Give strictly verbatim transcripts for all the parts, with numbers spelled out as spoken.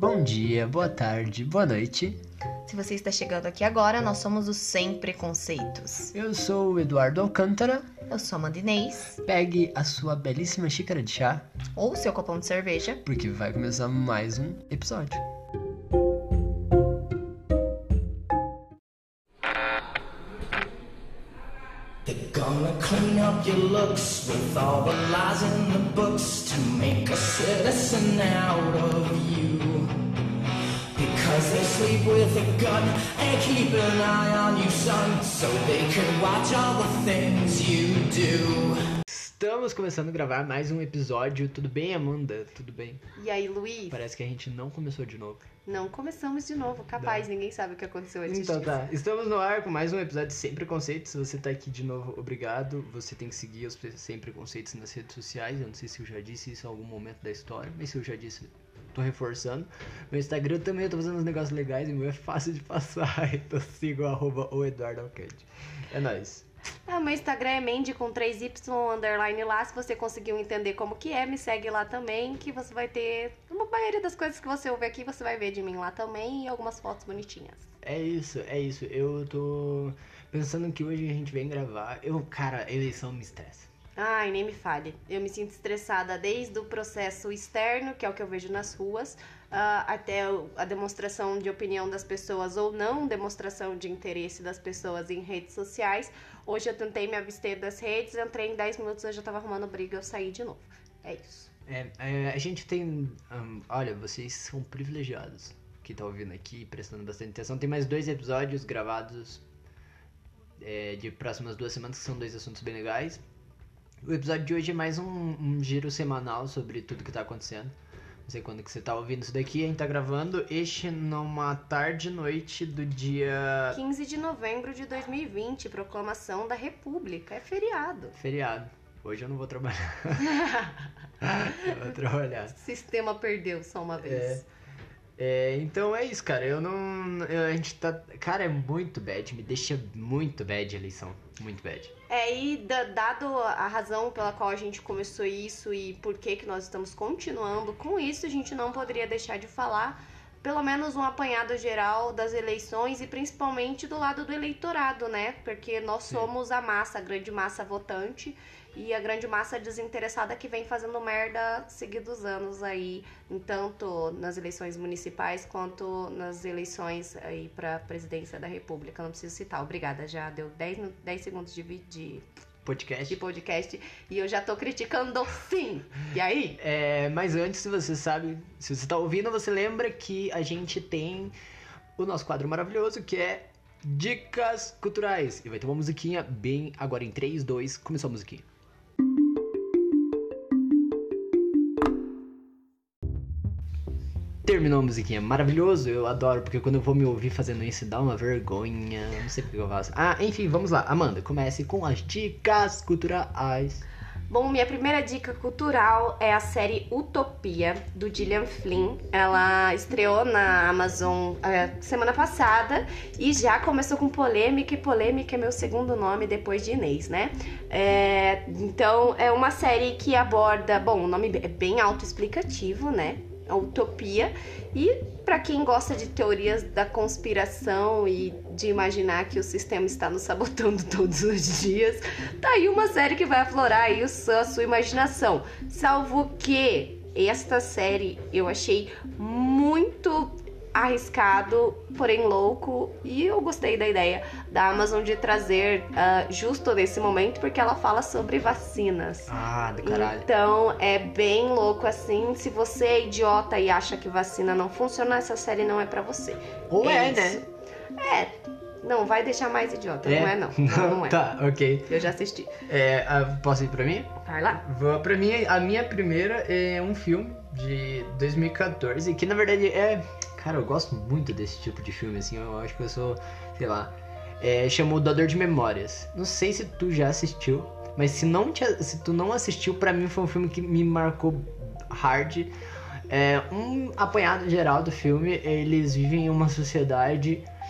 Bom dia, boa tarde, boa noite. Se você está chegando aqui agora, nós somos os Sem Preconceitos. Eu sou o Eduardo Alcântara. Eu sou a Amanda Inês. Pegue a sua belíssima xícara de chá. Ou seu copão de cerveja. Porque vai começar mais um episódio. They're gonna clean up your looks with all the lies in the books to make a citizen out of you. Because they sleep with a gun and keep an eye on you, son, so they can watch all the things you do. Estamos começando a gravar mais um episódio. Tudo bem, Amanda? Tudo bem? E aí, Luiz? Parece que a gente não começou de novo. Não começamos de novo, capaz, não. Ninguém sabe o que aconteceu antes Então disso. tá, estamos no ar com mais um episódio de Sem Preconceitos. Se você tá aqui de novo, obrigado. Você tem que seguir os Sem Preconceitos nas redes sociais. Eu não sei se eu já disse isso em algum momento da história, mas se eu já disse, tô reforçando. Meu Instagram também, eu tô fazendo uns negócios legais e o meu é fácil de passar. Então siga o arroba o Eduardo Alcante. É nóis. Ah, meu Instagram é Mandy com três Y underline lá. Se você conseguiu entender como que é, me segue lá também, que você vai ter uma maioria das coisas que você ouve aqui, você vai ver de mim lá também e algumas fotos bonitinhas. É isso, é isso. Eu tô pensando que hoje a gente vem gravar. Eu, cara, a eleição me estressa. Ai, nem me fale. Eu me sinto estressada desde o processo externo, que é o que eu vejo nas ruas, uh, até a demonstração de opinião das pessoas ou não demonstração de interesse das pessoas em redes sociais. Hoje eu tentei me abster das redes, entrei em dez minutos, eu já tava arrumando briga, eu saí de novo. É isso. É, é, a gente tem... Um, olha, vocês são privilegiados que tá ouvindo aqui, prestando bastante atenção. Tem mais dois episódios gravados é, de próximas duas semanas, que são dois assuntos bem legais. O episódio de hoje é mais um, um giro semanal sobre tudo que tá acontecendo. Não sei quando que você tá ouvindo isso daqui. A gente tá gravando este numa tarde e noite do dia... quinze de novembro de dois mil e vinte, proclamação da República. É feriado. Feriado. Hoje eu não vou trabalhar. Eu vou trabalhar. O sistema perdeu só uma vez. É, é, então é isso, cara. Eu não... Eu, a gente tá... Cara, é muito bad. Me deixa muito bad a eleição. Muito bad. É, e da, dado a razão pela qual a gente começou isso e por que que nós estamos continuando com isso, a gente não poderia deixar de falar pelo menos um apanhado geral das eleições e principalmente do lado do eleitorado, né? Porque nós Sim. somos a massa, a grande massa votante e a grande massa desinteressada que vem fazendo merda seguidos anos aí, tanto nas eleições municipais quanto nas eleições aí pra presidência da República. Não preciso citar, obrigada, já deu dez segundos de, de, Podcast. de podcast e eu já tô criticando sim. E aí? É, mas antes, se você sabe, se você tá ouvindo, você lembra que a gente tem o nosso quadro maravilhoso, que é Dicas Culturais. E vai ter uma musiquinha bem agora em três, dois, começou a musiquinha. Terminou a musiquinha, maravilhoso, eu adoro, porque quando eu vou me ouvir fazendo isso dá uma vergonha, não sei porque eu faço. Ah, enfim, vamos lá, Amanda, comece com as dicas culturais. Bom, minha primeira dica cultural é a série Utopia, do Gillian Flynn. Ela estreou na Amazon é, semana passada e já começou com polêmica, e polêmica é meu segundo nome depois de Inês, né? É, então, é uma série que aborda... Bom, o nome é bem autoexplicativo, né? A utopia, e para quem gosta de teorias da conspiração e de imaginar que o sistema está nos sabotando todos os dias, tá aí uma série que vai aflorar aí a sua imaginação. Salvo que esta série eu achei muito arriscado, porém louco, e eu gostei da ideia da Amazon de trazer uh, justo nesse momento, porque ela fala sobre vacinas. Ah, do caralho. Então é bem louco assim. Se você é idiota e acha que vacina não funciona, essa série não é pra você. Ou é, isso. né? É, não, vai deixar mais idiota, É? não é não. Não, não é. Tá, ok. Eu já assisti. É, ah, posso ir pra mim? Vai lá. Vou pra mim, a minha primeira é um filme de dois mil e catorze, que na verdade é... Cara, eu gosto muito desse tipo de filme, assim, eu acho que eu sou, sei lá, é, chamou Doador de Memórias. Não sei se tu já assistiu, mas se, não te, se tu não assistiu, pra mim foi um filme que me marcou hard. É, um apanhado geral do filme, eles vivem em uma sociedade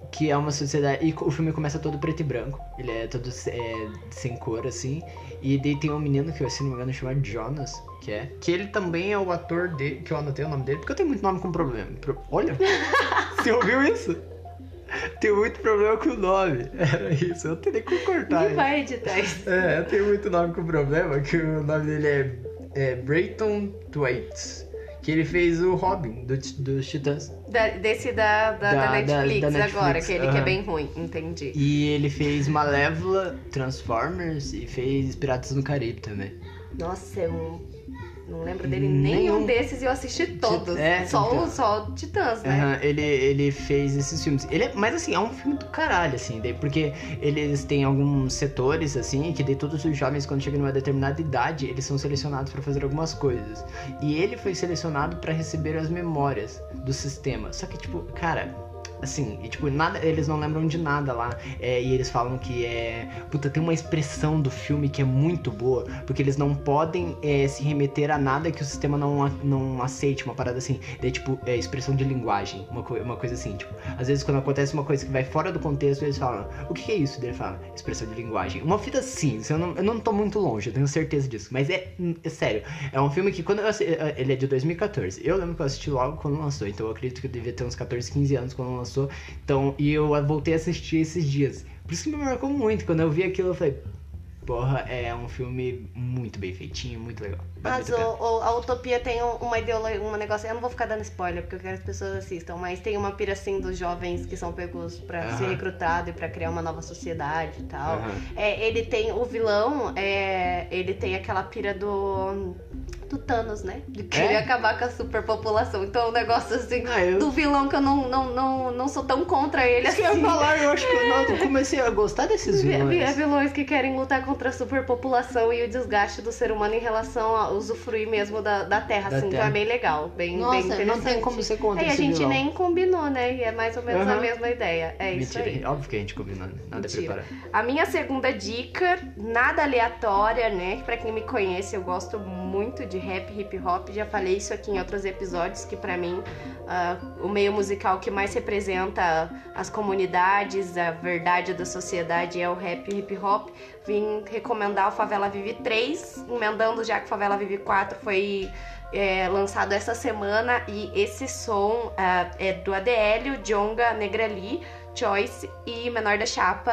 que é uma sociedade... E o filme começa todo preto e branco. Ele é todo é, sem cor, assim. E daí tem um menino que, se não me engano, chama Jonas, que é... Que ele também é o ator dele, que eu anotei o nome dele, porque eu tenho muito nome com problema. Pro... Olha! Você ouviu isso? Tenho muito problema com o nome. Era isso, eu tenho que cortar. Nem vai editar isso. É, eu tenho muito nome com problema, que o nome dele é, é Brayton Thwaites. Que ele fez o Robin, do, dos Titãs. Da, desse da, da, Da- da, Netflix da- da agora, Netflix, aquele que é aham. bem ruim, entendi. E ele fez Malévola, Transformers e fez Piratas do Caribe também. Nossa, eu não lembro dele Nenhum. nenhum desses e eu assisti todos. É, só, então. o, só o Titãs, né? Aham, ele, ele fez esses filmes. Ele é, mas assim, é um filme do caralho, assim, daí, porque eles têm alguns setores, assim, que daí todos os jovens, quando chegam numa determinada idade, eles são selecionados pra fazer algumas coisas. E ele foi selecionado pra receber as memórias do sistema. Só que, tipo, cara... Assim, e tipo, nada, eles não lembram de nada lá. É, e eles falam que é. Puta, tem uma expressão do filme que é muito boa, porque eles não podem é, se remeter a nada que o sistema não, a- não aceite, uma parada assim. Daí, tipo, é expressão de linguagem, uma, co- uma coisa assim, tipo, às vezes quando acontece uma coisa que vai fora do contexto, eles falam, o que, que é isso? Daí ele fala, expressão de linguagem. Uma fita assim, eu não, eu não tô muito longe, eu tenho certeza disso, mas é, é sério, é um filme que quando eu assi- ele é de dois mil e quatorze, eu lembro que eu assisti logo quando lançou, então eu acredito que eu devia ter uns catorze, quinze anos quando lançou. Então, e eu voltei a assistir esses dias. Por isso que me marcou muito. Quando eu vi aquilo, eu falei, porra, é um filme muito bem feitinho, muito legal. Vale Mas muito a o, pena. o- a Utopia tem um- uma ideologia, um negócio. Eu não vou ficar dando spoiler, porque eu quero que as pessoas assistam, mas tem uma pira assim dos jovens que são pegos pra Aham. ser recrutados e pra criar uma nova sociedade e tal. Aham. É, ele tem. O vilão, é, ele tem aquela pira do. Do Thanos, né? De querer É? acabar com a superpopulação. Então, um negócio assim, Ah, eu- do vilão que eu não, não, não, não sou tão contra ele Isso que assim. eu ia falar, eu acho que eu comecei a gostar desses Vi- vi- vilões. vilões que querem lutar contra a superpopulação e o desgaste do ser humano em relação a usufruir mesmo da, da terra, Da assim, terra. então é bem legal, bem, Nossa, bem não interessante. tem como ser contra É, e a esse gente vilão. nem combinou, né? E é mais ou menos a Aham. mesma ideia. É isso Mentira, aí. óbvio que a gente combinou, né? Nada é Mentira. preparado. A minha segunda dica, nada aleatória, né? Pra quem me conhece, eu gosto muito de rap, hip hop. Já falei isso aqui em outros episódios, que pra mim ah, o meio musical que mais representa as comunidades, a verdade da sociedade é o rap e hip hop. Vim recomendar o Favela Vive três, emendando já que o Favela Vive quatro foi é, lançado essa semana. E esse som ah, é do A D L, o Djonga, Negrali, Choice e Menor da Chapa.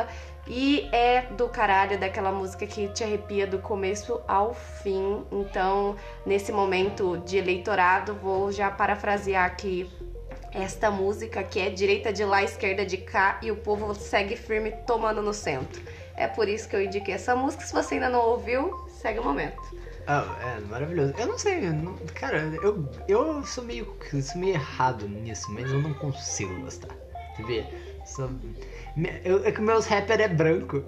E é do caralho, daquela música que te arrepia do começo ao fim. Então, nesse momento de eleitorado, vou já parafrasear aqui esta música, que é direita de lá, esquerda de cá, e o povo segue firme tomando no centro. É por isso que eu indiquei essa música. Se você ainda não ouviu, segue o momento. Ah, é maravilhoso. Eu não sei, eu não- cara, eu, eu sou meio, sou meio errado nisso, mas eu não consigo gostar. Você vê? Sou- me- eu- é que meus rapper é branco.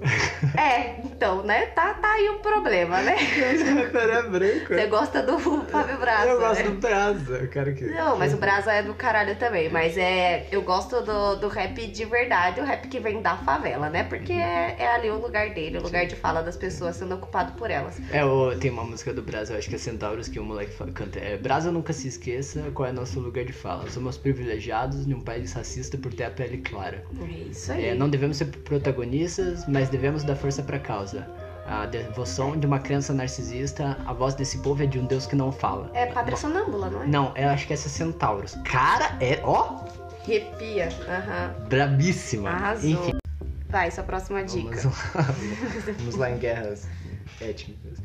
É, então, né? Tá, tá aí o problema, né? Meus rapper é branco. Você gosta do Fábio Braza, Eu gosto né? do Brasa, eu quero que... Não, mas o Brasa é do caralho também. Mas é. Eu gosto do, do rap de verdade, o rap que vem da favela, né? Porque é, é ali o lugar dele, o lugar de fala das pessoas sendo ocupado por elas. É, o- tem uma música do Brasa, eu acho que é Centauros, que o moleque fa- canta. É, Brasa, nunca se esqueça qual é nosso lugar de fala. Somos privilegiados num país racista por ter a pele clara. É isso aí. É, não devemos ser protagonistas, mas devemos dar força pra causa. A devoção de uma criança narcisista, a voz desse povo é de um Deus que não fala. É Pátria Sonâmbula, não é? Não, eu acho que essa é Centauros. Cara, é, ó, Arrepia. Aham. brabíssima. Arrasou. Enfim, Vai, sua próxima dica. vamos lá, vamos lá em guerras étnicas.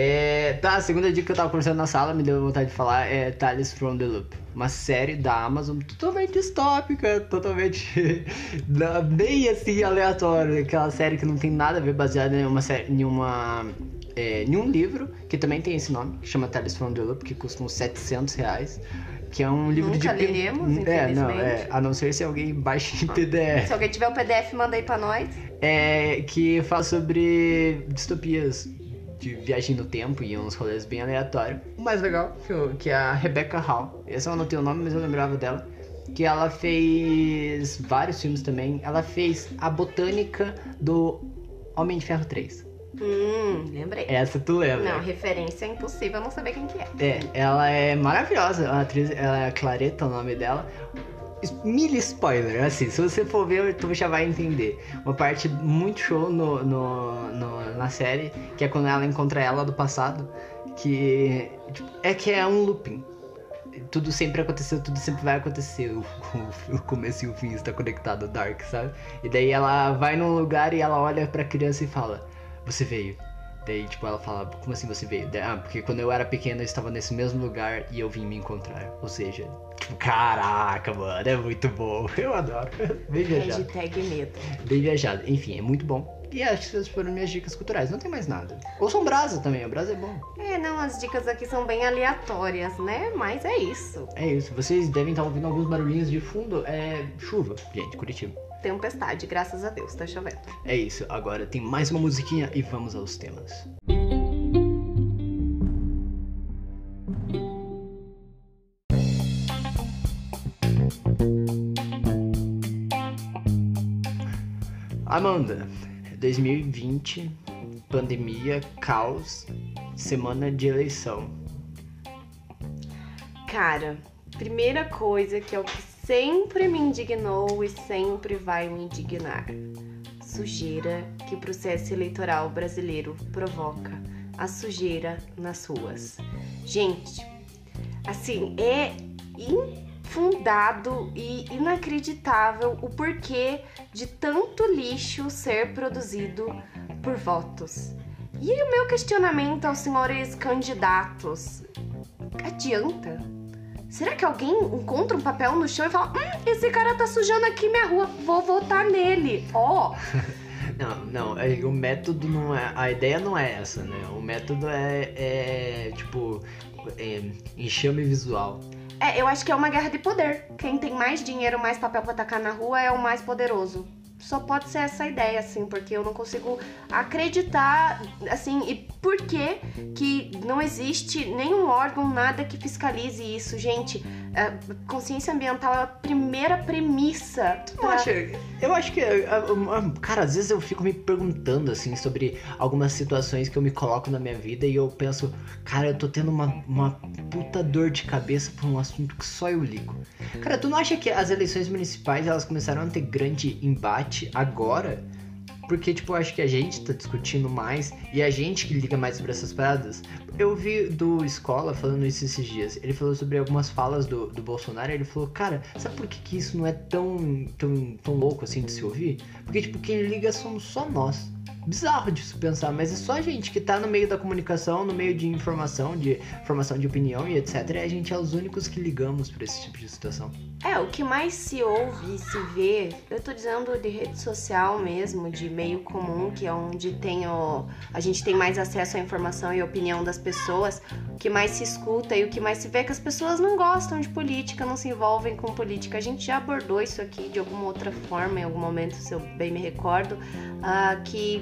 É, tá, a segunda dica que eu tava conversando na sala, me deu vontade de falar, é Tales from the Loop. Uma série da Amazon totalmente distópica, totalmente da- bem assim aleatória. Aquela série que não tem nada a ver, baseada em uma série, em uma... É, em um livro, que também tem esse nome, que chama Tales from the Loop, que custa uns setecentos reais. Que é um livro Nunca de... leremos, É, não, infelizmente. é, a não ser se alguém baixe em P D F. Se alguém tiver o P D F, manda aí pra nós. É, que fala sobre distopias de viagem no tempo e uns rolês bem aleatórios. O mais legal, que, eu- que é a Rebecca Hall. Essa eu não tenho o nome, mas eu lembrava dela. Que ela fez vários filmes também. Ela fez a botânica do Homem de Ferro três. Hum, lembrei. Essa tu lembra? Não, referência é impossível não saber quem que é. É, ela é maravilhosa. A atriz, ela é Clareta, o nome dela. Mini spoiler, assim, se você for ver, tu já vai entender. Uma parte muito show no, no, no, na série, que é quando ela encontra ela do passado, que tipo, é que é um looping. Tudo sempre aconteceu, tudo sempre vai acontecer. O, o, o começo e o fim está conectado, Dark, sabe? E daí ela vai num lugar e ela olha pra criança e fala, você veio. Daí, tipo, ela fala, como assim você veio? Daí, ah, porque quando eu era pequena eu estava nesse mesmo lugar e eu vim me encontrar. Ou seja, tipo, caraca, mano, é muito bom. Eu adoro. Bem viajado. Hashtag medo. Bem viajado. Enfim, é muito bom. E acho que essas foram minhas dicas culturais. Não tem mais nada. Ouçam Brasa também, o Brasa é bom. É, não, as dicas aqui são bem aleatórias, né? Mas é isso. É isso. Vocês devem estar ouvindo alguns barulhinhos de fundo. É chuva, gente, Curitiba. Tempestade, graças a Deus, tá chovendo. É isso. Agora tem mais uma musiquinha e vamos aos temas. Amanda, dois mil e vinte, pandemia, caos, semana de eleição. Cara, primeira coisa que é o que sempre me indignou e sempre vai me indignar. Sujeira que o processo eleitoral brasileiro provoca. A sujeira nas ruas. Gente, assim, é infundado e inacreditável o porquê de tanto lixo ser produzido por votos. E o meu questionamento aos senhores candidatos: adianta? Será que alguém encontra um papel no chão e fala, hum, esse cara tá sujando aqui minha rua, vou votar nele, ó. Oh. Não, não, é, o método não é, a ideia não é essa, né? O método é, é tipo, é, enxame visual. É, eu acho que é uma guerra de poder. Quem tem mais dinheiro, mais papel pra tacar na rua é o mais poderoso. Só pode ser essa ideia, assim, porque eu não consigo acreditar, assim, e por que que não existe nenhum órgão, nada que fiscalize isso, gente. A consciência ambiental é a primeira premissa. Tu não acha? Eu acho que, cara, às vezes eu fico me perguntando, assim, sobre algumas situações que eu me coloco na minha vida e eu penso, cara, eu tô tendo uma, uma puta dor de cabeça por um assunto que só eu ligo. Cara, tu não acha que as eleições municipais, elas começaram a ter grande embate agora? Porque, tipo, eu acho que a gente tá discutindo mais e a gente que liga mais sobre essas paradas. Eu vi do Escola falando isso esses dias. Ele falou sobre algumas falas do, do Bolsonaro e ele falou, cara, sabe por que, que isso não é tão, tão, tão louco assim de se ouvir? Porque, tipo, quem liga somos só nós. Bizarro disso pensar, mas é só a gente que tá no meio da comunicação, no meio de informação, de formação de opinião e etcétera. E a gente é os únicos que ligamos pra esse tipo de situação. É, o que mais se ouve e se vê, eu tô dizendo de rede social mesmo, de meio comum, que é onde tem o, a gente tem mais acesso à informação e à opinião das pessoas. O que mais se escuta e o que mais se vê é que as pessoas não gostam de política, não se envolvem com política. A gente já abordou isso aqui de alguma outra forma, em algum momento, se eu bem me recordo, uh, que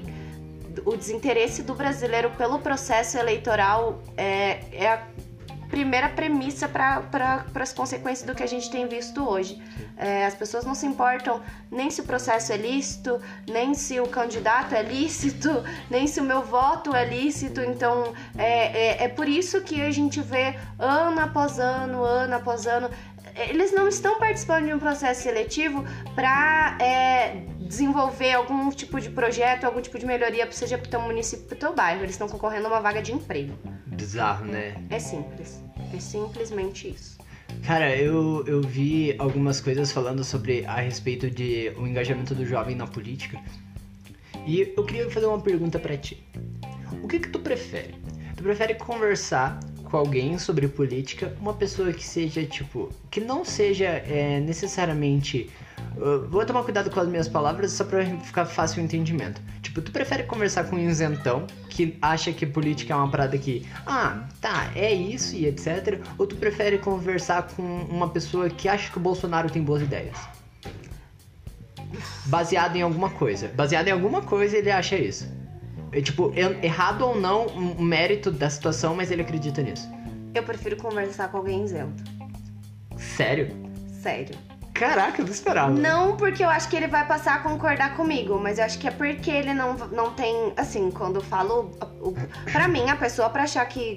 o desinteresse do brasileiro pelo processo eleitoral é, é a primeira premissa para pra, as consequências do que a gente tem visto hoje. É, as pessoas não se importam nem se o processo é lícito, nem se o candidato é lícito, nem se o meu voto é lícito. Então, é, é, é por isso que a gente vê ano após ano, ano após ano, eles não estão participando de um processo seletivo para é, desenvolver algum tipo de projeto, algum tipo de melhoria, seja para o teu município, para o teu bairro. Eles estão concorrendo a uma vaga de emprego. Bizarro, né? É simples. É simplesmente isso. Cara, eu, eu vi algumas coisas falando sobre a respeito de o engajamento do jovem na política. E eu queria fazer uma pergunta pra ti. O que que tu prefere? Tu prefere conversar com alguém sobre política, uma pessoa que seja, tipo, que não seja é, necessariamente... Uh, vou tomar cuidado com as minhas palavras só pra ficar fácil o entendimento. Tipo, tu prefere conversar com um isentão que acha que política é uma parada que, ah, tá, é isso e etcétera. Ou tu prefere conversar com uma pessoa que acha que o Bolsonaro tem boas ideias? Baseado em alguma coisa. Baseado em alguma coisa ele acha isso. É, tipo, errado ou não o mérito da situação, mas ele acredita nisso. Eu prefiro conversar com alguém isento. Sério? Sério. Caraca, eu não esperava. Não porque eu acho que ele vai passar a concordar comigo, mas eu acho que é porque ele não, não tem, assim, quando eu falo, o, pra mim, a pessoa pra achar que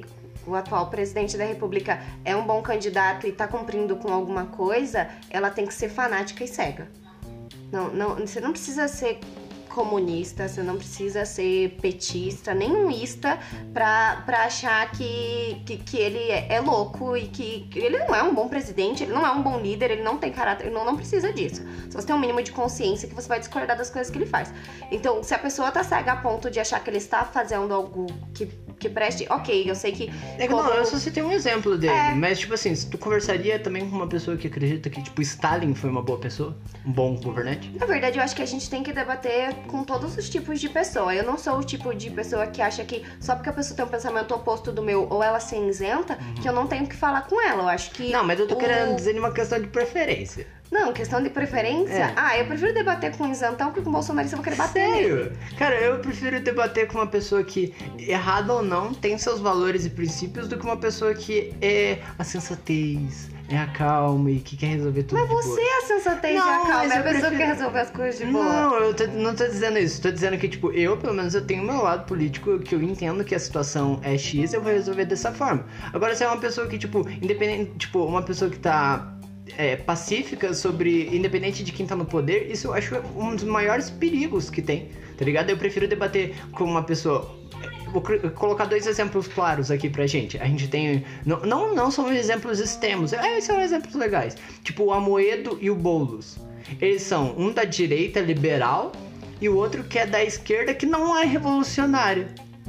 o atual presidente da República é um bom candidato e tá cumprindo com alguma coisa, ela tem que ser fanática e cega. Não, não, você não precisa ser comunista, você não precisa ser petista, nenhumista pra, pra achar que, que, que ele é, é louco e que, que ele não é um bom presidente, ele não é um bom líder, ele não tem caráter, ele não, não precisa disso. Só você tem um mínimo de consciência que você vai discordar das coisas que ele faz. Então, se a pessoa tá cega a ponto de achar que ele está fazendo algo que, que preste, ok, eu sei que... É que como... não, eu só citei um exemplo dele, É. mas tipo assim, se tu conversaria também com uma pessoa que acredita que tipo Stalin foi uma boa pessoa, um bom governante? Na verdade, eu acho que a gente tem que debater com todos os tipos de pessoa. Eu não sou o tipo de pessoa que acha que só porque a pessoa tem um pensamento oposto do meu ou ela é cinzenta, uhum. que eu não tenho que falar com ela. Eu acho que... Não, mas eu tô o... querendo dizer uma questão de preferência. Não, questão de preferência? É. Ah, eu prefiro debater com o isentão que com o bolsonarista eu vou querer bater. Sério? Cara, eu prefiro debater com uma pessoa que, errado ou não, tem seus valores e princípios do que uma pessoa que é a sensatez, é a calma e que quer resolver tudo mas de boa. Mas você é a sensatez não, e a calma, é a pessoa prefiro... que quer resolver as coisas de boa. Não, eu tô, não tô dizendo isso. Tô dizendo que, tipo, eu, pelo menos, eu tenho o meu lado político, que eu entendo que a situação é X, eu vou resolver dessa forma. Agora, se é uma pessoa que, tipo, independente, tipo, uma pessoa que tá... É, pacífica sobre, independente de quem tá no poder, isso eu acho um dos maiores perigos que tem, tá ligado? Eu prefiro debater com uma pessoa. Vou colocar dois exemplos claros aqui pra gente. A gente tem. Não, não, não são exemplos extremos, é, são exemplos legais. Tipo o Amoedo e o Boulos. Eles são um da direita liberal e o outro que é da esquerda que não é revolucionário.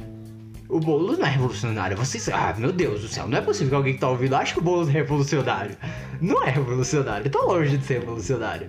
O Boulos não é revolucionário. Vocês... Ah, meu Deus do céu. Não é possível que alguém que tá ouvindo ache que o Boulos é revolucionário. Não é revolucionário. Tá longe de ser revolucionário.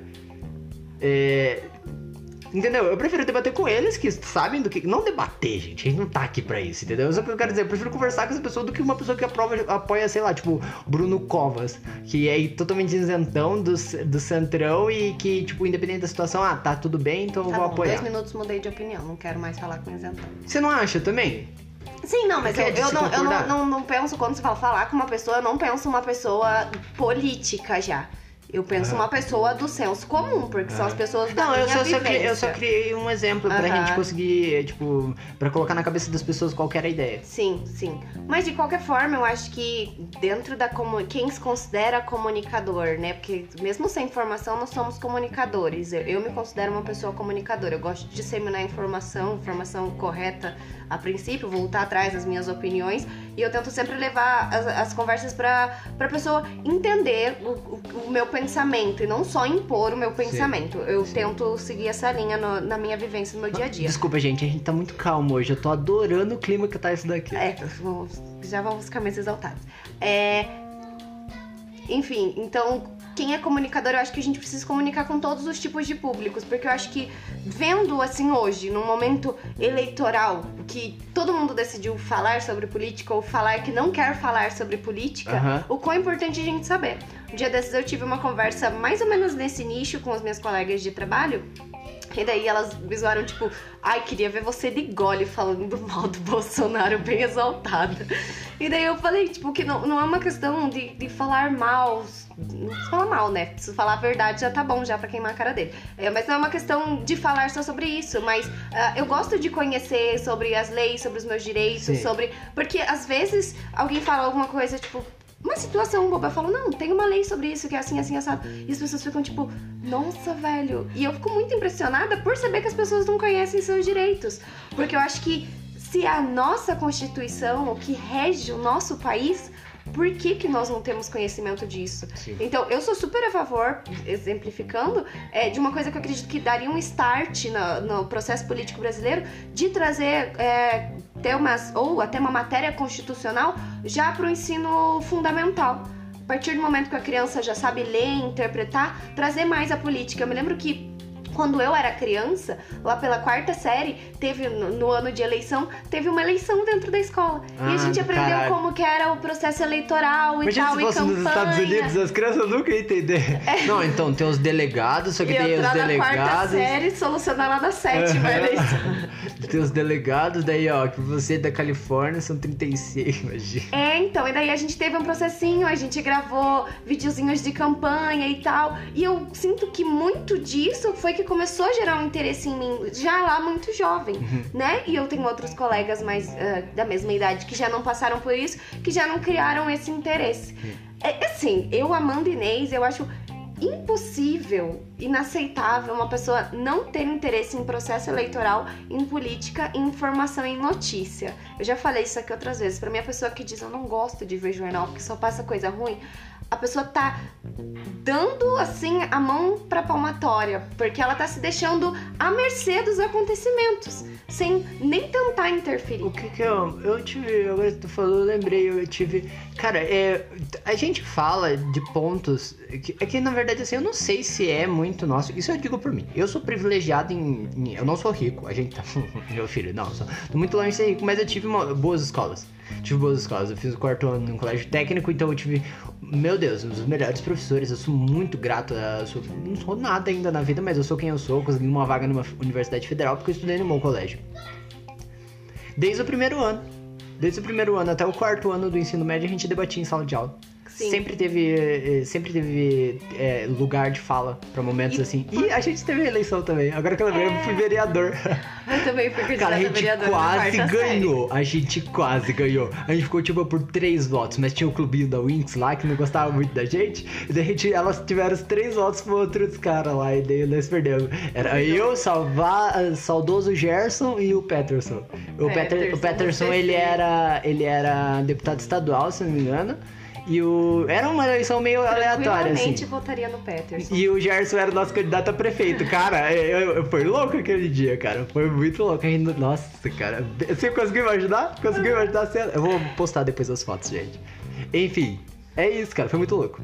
É... Entendeu? Eu prefiro debater com eles que sabem do que... Não debater, gente. A gente não tá aqui pra isso, entendeu? Só que eu quero dizer, eu prefiro conversar com essa pessoa do que uma pessoa que aprova, apoia, sei lá, tipo, Bruno Covas. Que é totalmente isentão do, do centrão e que, tipo, independente da situação, ah, tá tudo bem, então tá eu vou bom, apoiar. Dois minutos mudei de opinião. Não quero mais falar com isentão. Você não acha também? Sim, não, mas eu, eu, não, eu não, não, não penso, quando você fala falar com uma pessoa, eu não penso uma pessoa política já. Eu penso uhum. uma pessoa do senso comum, porque uhum. são as pessoas da não, minha eu só, vivência. Só criei, eu só criei um exemplo uhum. pra gente conseguir, tipo, pra colocar na cabeça das pessoas qual que era a ideia. Sim, sim. Mas de qualquer forma, eu acho que dentro da comu... quem se considera comunicador, né? Porque mesmo sem informação, nós somos comunicadores. Eu, eu me considero uma pessoa comunicadora. Eu gosto de disseminar informação, informação correta a princípio, voltar atrás das minhas opiniões. E eu tento sempre levar as, as conversas pra, pra pessoa entender o, o, o meu pensamento e não só impor o meu pensamento. Sim, eu sim. tento seguir essa linha no, na minha vivência, no meu dia a dia. Desculpa, gente, a gente tá muito calmo hoje. Eu tô adorando o clima que tá isso daqui. É, vamos, já vamos ficar mais exaltados. É, enfim, então... Quem é comunicador, eu acho que a gente precisa comunicar com todos os tipos de públicos, porque eu acho que vendo assim hoje, num momento eleitoral, que todo mundo decidiu falar sobre política ou falar que não quer falar sobre política, uhum. o quão importante a gente saber. Um dia desses eu tive uma conversa mais ou menos nesse nicho com as minhas colegas de trabalho, e daí elas me zoaram, tipo, ai, queria ver você de gole falando mal do Bolsonaro, bem exaltada. E daí eu falei, tipo, que não, não é uma questão de, de falar mal, não precisa falar mal, né? Se falar a verdade já tá bom, já pra queimar a cara dele. É, mas não é uma questão de falar só sobre isso, mas uh, eu gosto de conhecer sobre as leis, sobre os meus direitos, Sim. sobre... Porque às vezes alguém fala alguma coisa, tipo... Uma situação boba, eu falo, não, tem uma lei sobre isso, que é assim, assim, assado. E as pessoas ficam tipo, nossa, velho. E eu fico muito impressionada por saber que as pessoas não conhecem seus direitos. Porque eu acho que se a nossa Constituição, o que rege o nosso país, por que que nós não temos conhecimento disso? Sim. Então, eu sou super a favor, exemplificando, é, de uma coisa que eu acredito que daria um start no, no processo político brasileiro, de trazer... É, temas ou até uma matéria constitucional já para o ensino fundamental. A partir do momento que a criança já sabe ler e interpretar, trazer mais a política. Eu me lembro que quando eu era criança, lá pela quarta série, teve no, no ano de eleição, teve uma eleição dentro da escola. Ah, e a gente aprendeu caralho. como que era o processo eleitoral e Imagina tal, se fosse e campanha. Nos Estados Unidos, as crianças nunca iam entender. É. Não, então tem os delegados, só que e tem os delegados... na quarta série, solucionar lá na sétima uhum. eleição. Tem os delegados, daí ó, que você é da Califórnia, são trinta e seis, imagina. É, então, e daí a gente teve um processinho, a gente gravou videozinhos de campanha e tal, e eu sinto que muito disso foi que que começou a gerar um interesse em mim já lá muito jovem, Uhum. né? E eu tenho outros colegas mais uh, da mesma idade que já não passaram por isso, que já não criaram esse interesse. É, assim, eu, Amanda Inês, eu acho impossível, inaceitável uma pessoa não ter interesse em processo eleitoral, em política, em informação, em notícia. Eu já falei isso aqui outras vezes. Pra mim, a pessoa que diz eu não gosto de ver jornal porque só passa coisa ruim, a pessoa tá dando, assim, a mão pra palmatória, porque ela tá se deixando à mercê dos acontecimentos, sem nem tentar interferir. O que que eu... Eu tive... Agora que tu falou, eu lembrei, eu tive... Cara, é... A gente fala de pontos... Que, é que, na verdade, assim, eu não sei se é muito nosso. Isso eu digo por mim. Eu sou privilegiado em... em eu não sou rico. A gente tá... Meu filho, não. Sou, tô muito longe de ser rico, mas eu tive uma, boas escolas. Tive boas escolas. Eu fiz o quarto ano num colégio técnico, então eu tive... Meu Deus, os melhores professores. Eu sou muito grato. Eu sou, não sou nada ainda na vida, mas eu sou quem eu sou. Consegui uma vaga numa universidade federal porque eu estudei no meu colégio. Desde o primeiro ano. Desde o primeiro ano até o quarto ano do ensino médio, a gente debatia em sala de aula. Sim. Sempre teve, sempre teve é, lugar de fala pra momentos E- assim. E a gente teve eleição também. Agora que eu lembrei, É. eu fui vereador. Eu também fui candidata Cara, a a gente vereadora na quase quarta série. ganhou. A gente quase ganhou. A gente ficou, tipo, por três votos. Mas tinha o clubinho da Winx lá, que não gostava muito da gente. E daí a gente, elas tiveram os três votos pro outros caras lá. E daí nós perdemos. Era eu, Salva, Saudoso Gerson e o Peterson. O, Peter, Peterson, o Peterson, do ele C C. era, ele era deputado estadual, se não me engano. E o... Era uma eleição meio aleatória, assim. Tranquilamente votaria no Peterson. E o Gerson era o nosso candidato a prefeito. Cara, eu, eu, foi louco aquele dia, cara. Foi muito louco. Aí, nossa, cara. Você conseguiu imaginar? Conseguiu imaginar a cena? Eu vou postar depois as fotos, gente. Enfim, é isso, cara. Foi muito louco.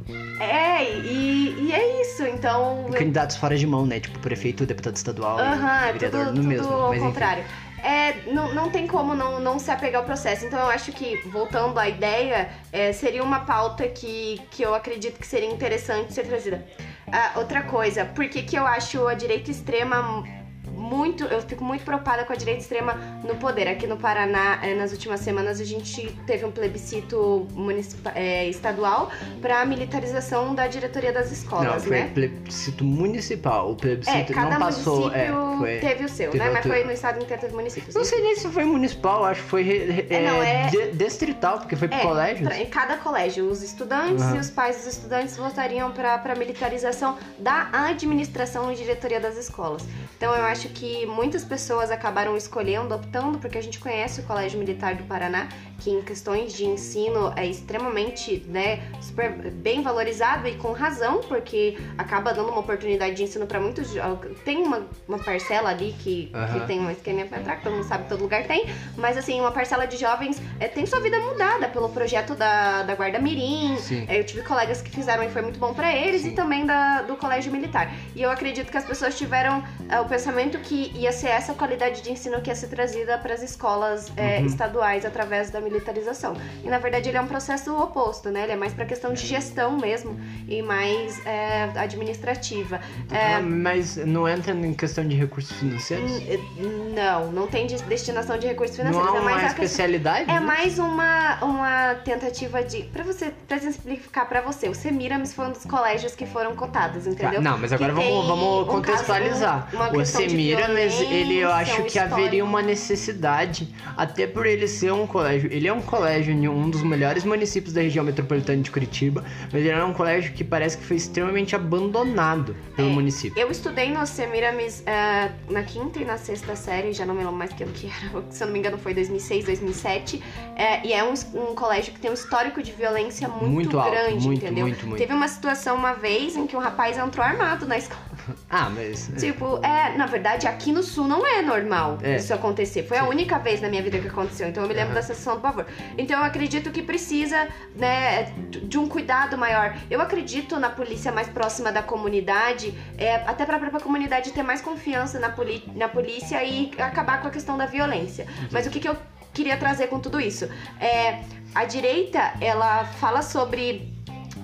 É, e, e é isso, então... Candidatos fora de mão, né? Tipo, prefeito, deputado estadual Aham, e é vereador tudo, no tudo mesmo. ao Mas, enfim. contrário. É, não, não tem como não, não se apegar ao processo. Então eu acho que, voltando à ideia, é, seria uma pauta que, que eu acredito que seria interessante ser trazida. Ah, outra coisa, por que que eu acho a direita extrema muito... Eu fico muito preocupada com a direita extrema no poder. Aqui no Paraná, é, nas últimas semanas, a gente teve um plebiscito municipa- é, estadual para a militarização da diretoria das escolas, Não, foi né? plebiscito municipal. O É, plebiscito cada não passou. município É, foi... teve o seu, teve né? Mas outro- foi no estado inteiro teve municípios. Não sei nem se foi municipal, acho que foi re- É, não, é- de- distrital, porque foi pro É, colégio. pra- em cada colégio, os estudantes Aham. e os pais dos estudantes votariam para a militarização da administração e diretoria das escolas. Então eu acho que muitas pessoas acabaram escolhendo, optando, porque a gente conhece o Colégio Militar do Paraná, que em questões de ensino é extremamente, né, super bem valorizado e com razão, porque acaba dando uma oportunidade de ensino para muitos. jo- Tem uma, uma parcela ali que, Aham. que tem um esquema para entrar, que todo mundo sabe que todo lugar tem, mas assim, uma parcela de jovens é, tem sua vida mudada pelo projeto da, da Guarda Mirim. Sim. É, eu tive colegas que fizeram e foi muito bom para eles, Sim. e também da, do Colégio Militar. E eu acredito que as pessoas tiveram é, o pensamento que ia ser essa qualidade de ensino que ia ser trazida para as escolas é, Uhum. estaduais através da militarização. E na verdade ele é um processo oposto, né? Ele é mais para questão de gestão mesmo e mais é, administrativa. É, Ah, mas não entra em questão de recursos financeiros? N- Não, não tem de- destinação de recursos financeiros. Não há é mais uma a questão- especialidade? É disso? mais uma, uma tentativa de. Pra você, pra exemplificar pra você, o Semiramis foi um dos colégios que foram cotados, entendeu? Tá, não, mas agora Que vamos, tem vamos um contextualizar. caso, um- uma o questão de Semiramis, ele eu acho violência, um que haveria histórico. uma necessidade, até por ele ser um colégio. Ele é um colégio em um dos melhores municípios da região metropolitana de Curitiba, mas ele é um colégio que parece que foi extremamente abandonado pelo É, município. Eu estudei no Semiramis é, na quinta e na sexta série, já não me lembro mais que ano que era, se eu não me engano foi dois mil e seis, dois mil e sete, é, e é um, um colégio que tem um histórico de violência muito, Muito alto, grande, muito, entendeu? muito, muito. Teve uma situação uma vez em que um rapaz entrou armado na escola. Ah, mas... Tipo, é, na verdade, aqui no sul não é normal É. isso acontecer. Foi a Sim. única vez na minha vida que aconteceu. Então eu me lembro Aham. da sensação do pavor. Então eu acredito que precisa, né, de um cuidado maior. Eu acredito na polícia mais próxima da comunidade, é, até pra própria comunidade ter mais confiança na, poli- na polícia e acabar com a questão da violência. Mas o que, que eu queria trazer com tudo isso? É, a direita, ela fala sobre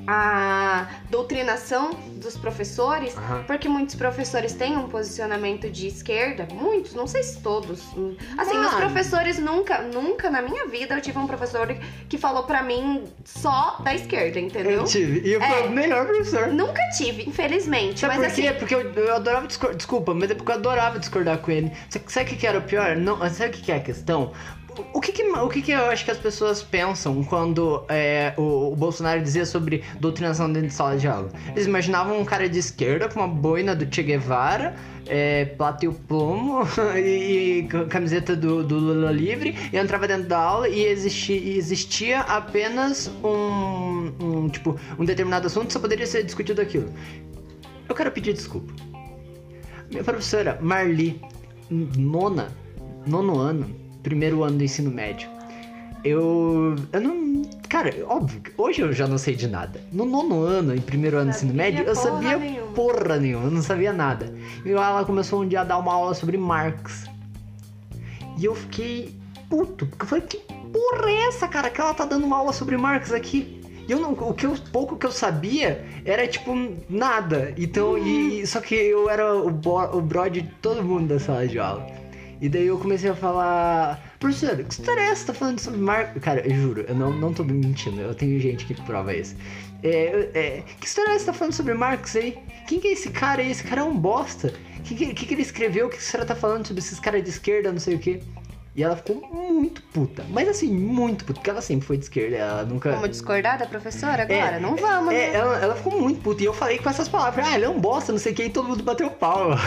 a doutrinação dos professores, Aham. porque muitos professores têm um posicionamento de esquerda, muitos, não sei se todos. Assim, meus Mano. professores nunca, nunca na minha vida eu tive um professor que falou pra mim só da esquerda, entendeu? Eu tive. E eu fui É. o melhor professor. Nunca tive, infelizmente. Sabe mas por quê? assim, Porque eu, eu adorava discordar. Desculpa, mas é porque eu adorava discordar com ele. Sabe, sabe o que, que era o pior? Não, sabe o que, que é a questão? O que que, o que que eu acho que as pessoas pensam quando é, o, o Bolsonaro dizia sobre doutrinação dentro de sala de aula? Eles imaginavam um cara de esquerda com uma boina do Che Guevara, é, plata e o plomo e, e camiseta do, do Lula livre, e entrava dentro da aula e existia, e existia apenas um, um, tipo, um determinado assunto que só poderia ser discutido aquilo. Eu quero pedir desculpa. Minha professora Marli, nona, nono ano, primeiro ano do ensino médio. Eu. Eu não. Cara, óbvio, que hoje eu já não sei de nada. No nono ano, em primeiro ano do ensino Sabia médio, eu porra sabia nenhuma. porra nenhuma, eu não sabia nada. E ela começou um dia a dar uma aula sobre Marx. E eu fiquei puto, porque eu falei, que porra é essa, cara? Que ela tá dando uma aula sobre Marx aqui. E eu não, o que eu, pouco que eu sabia era, tipo, nada. Então, Uhum. e, só que eu era o, bo, o bro de todo mundo da sala de aula. E daí eu comecei a falar, professor, que história é essa? Tá falando sobre Marx? Cara, eu juro, eu não, não tô mentindo, eu tenho gente que prova isso. É, é, que história é essa? Tá falando sobre Marx aí? Quem que é esse cara aí? Esse cara é um bosta. O que, que, que, que ele escreveu? O que a senhora tá falando sobre esses caras de esquerda, não sei o quê? E ela ficou muito puta, mas assim, muito puta, porque ela sempre foi de esquerda, ela nunca... vamos discordar da professora agora? É, Não vamos, é, né? ela, ela ficou muito puta, e eu falei com essas palavras, ah, ele é um bosta, não sei o que, e todo mundo bateu palma.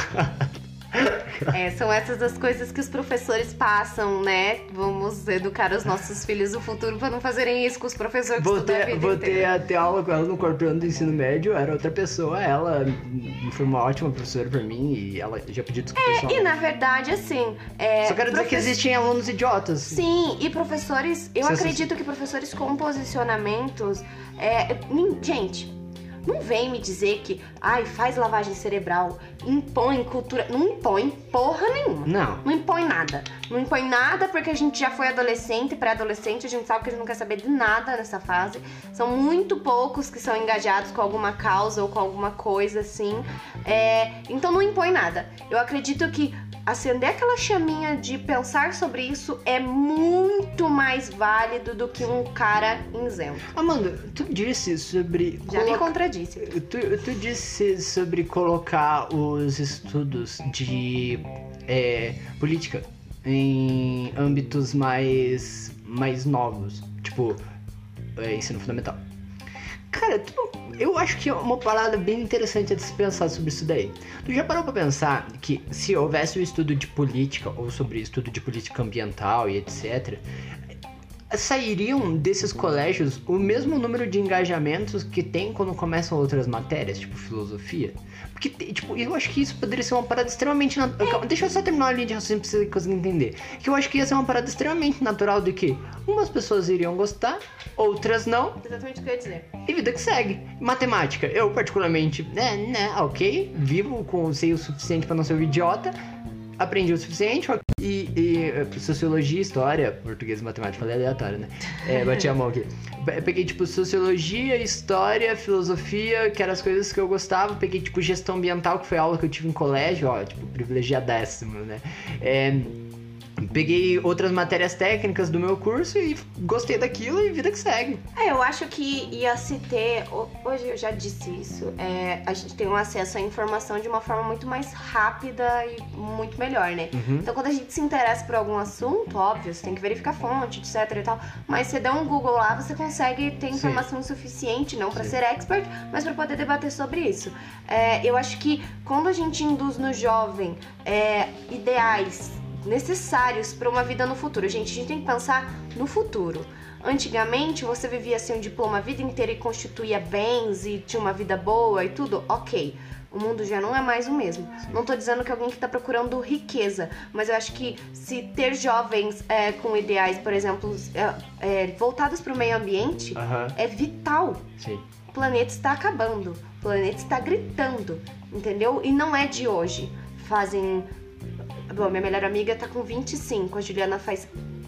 É, são essas as coisas que os professores passam, né? Vamos educar os nossos filhos do futuro pra não fazerem isso com os professores que estudam a Voltei, vida voltei inteira. a ter aula com ela no quarto ano do ensino médio, era outra pessoa, ela foi uma ótima professora pra mim, e ela já pediu desculpa E pessoalmente. na verdade, assim... É, Só quero dizer que profe- existem alunos idiotas. Sim, e professores... Eu Você acredito que professores com posicionamentos... É, nin- gente, não vem me dizer que... Ai, faz lavagem cerebral, impõe cultura... Não impõe porra nenhuma. Não. Não impõe nada. Não impõe nada porque a gente já foi adolescente, pré-adolescente, a gente sabe que a gente não quer saber de nada nessa fase. São muito poucos que são engajados com alguma causa ou com alguma coisa assim. É, então não impõe nada. Eu acredito que acender aquela chaminha de pensar sobre isso é muito mais válido do que um cara isento. Amanda, tu disse sobre... Já me coloca- contradisse. Tu, tu disse sobre colocar os estudos de é, política em âmbitos mais, mais novos, tipo é, ensino fundamental. Cara, tu não- eu acho que é uma parada bem interessante de se pensar sobre isso daí. Tu já parou pra pensar que se houvesse o estudo de política ou sobre estudo de política ambiental e etcétera, sairiam desses colégios o mesmo número de engajamentos que tem quando começam outras matérias, tipo filosofia? Porque, tipo, eu acho que isso poderia ser uma parada extremamente... nat- Calma, deixa eu só terminar a linha de raciocínio pra você conseguir entender. Que eu acho que ia ser uma parada extremamente natural de que umas pessoas iriam gostar, outras não, Exatamente o que eu ia dizer. e vida que segue. Matemática, eu particularmente, né, né, ok, vivo com sei o suficiente pra não ser um idiota, aprendi o suficiente, ok. E, e eh, sociologia, história, português e matemática, falei aleatório, né? É, bati a mão aqui. Pe- Peguei, tipo, sociologia, história, filosofia, que eram as coisas que eu gostava. Peguei, tipo, gestão ambiental, que foi a aula que eu tive em colégio, ó, tipo, privilegiadíssimo, né? É... Peguei outras matérias técnicas do meu curso e gostei daquilo e vida que segue. É, eu acho que ia se ter, ho- hoje eu já disse isso, é, a gente tem um acesso à informação de uma forma muito mais rápida e muito melhor, né? Uhum. Então quando a gente se interessa por algum assunto, óbvio, você tem que verificar a fonte, etc e tal, mas você dá um Google lá, você consegue ter informação suficiente, não pra Sim. ser expert, mas pra poder debater sobre isso. É, eu acho que quando a gente induz no jovem é, ideais necessários para uma vida no futuro. Gente, a gente tem que pensar no futuro. Antigamente, você vivia sem um diploma a vida inteira e constituía bens e tinha uma vida boa e tudo, ok. O mundo já não é mais o mesmo. Não tô dizendo que alguém que tá procurando riqueza, mas eu acho que se ter jovens é, com ideais, por exemplo, é, é, voltados para o meio ambiente, Aham, é vital. sim. O planeta está acabando, o planeta está gritando, entendeu? E não é de hoje. Fazem... Bom, minha melhor amiga tá com vinte e cinco, a Juliana faz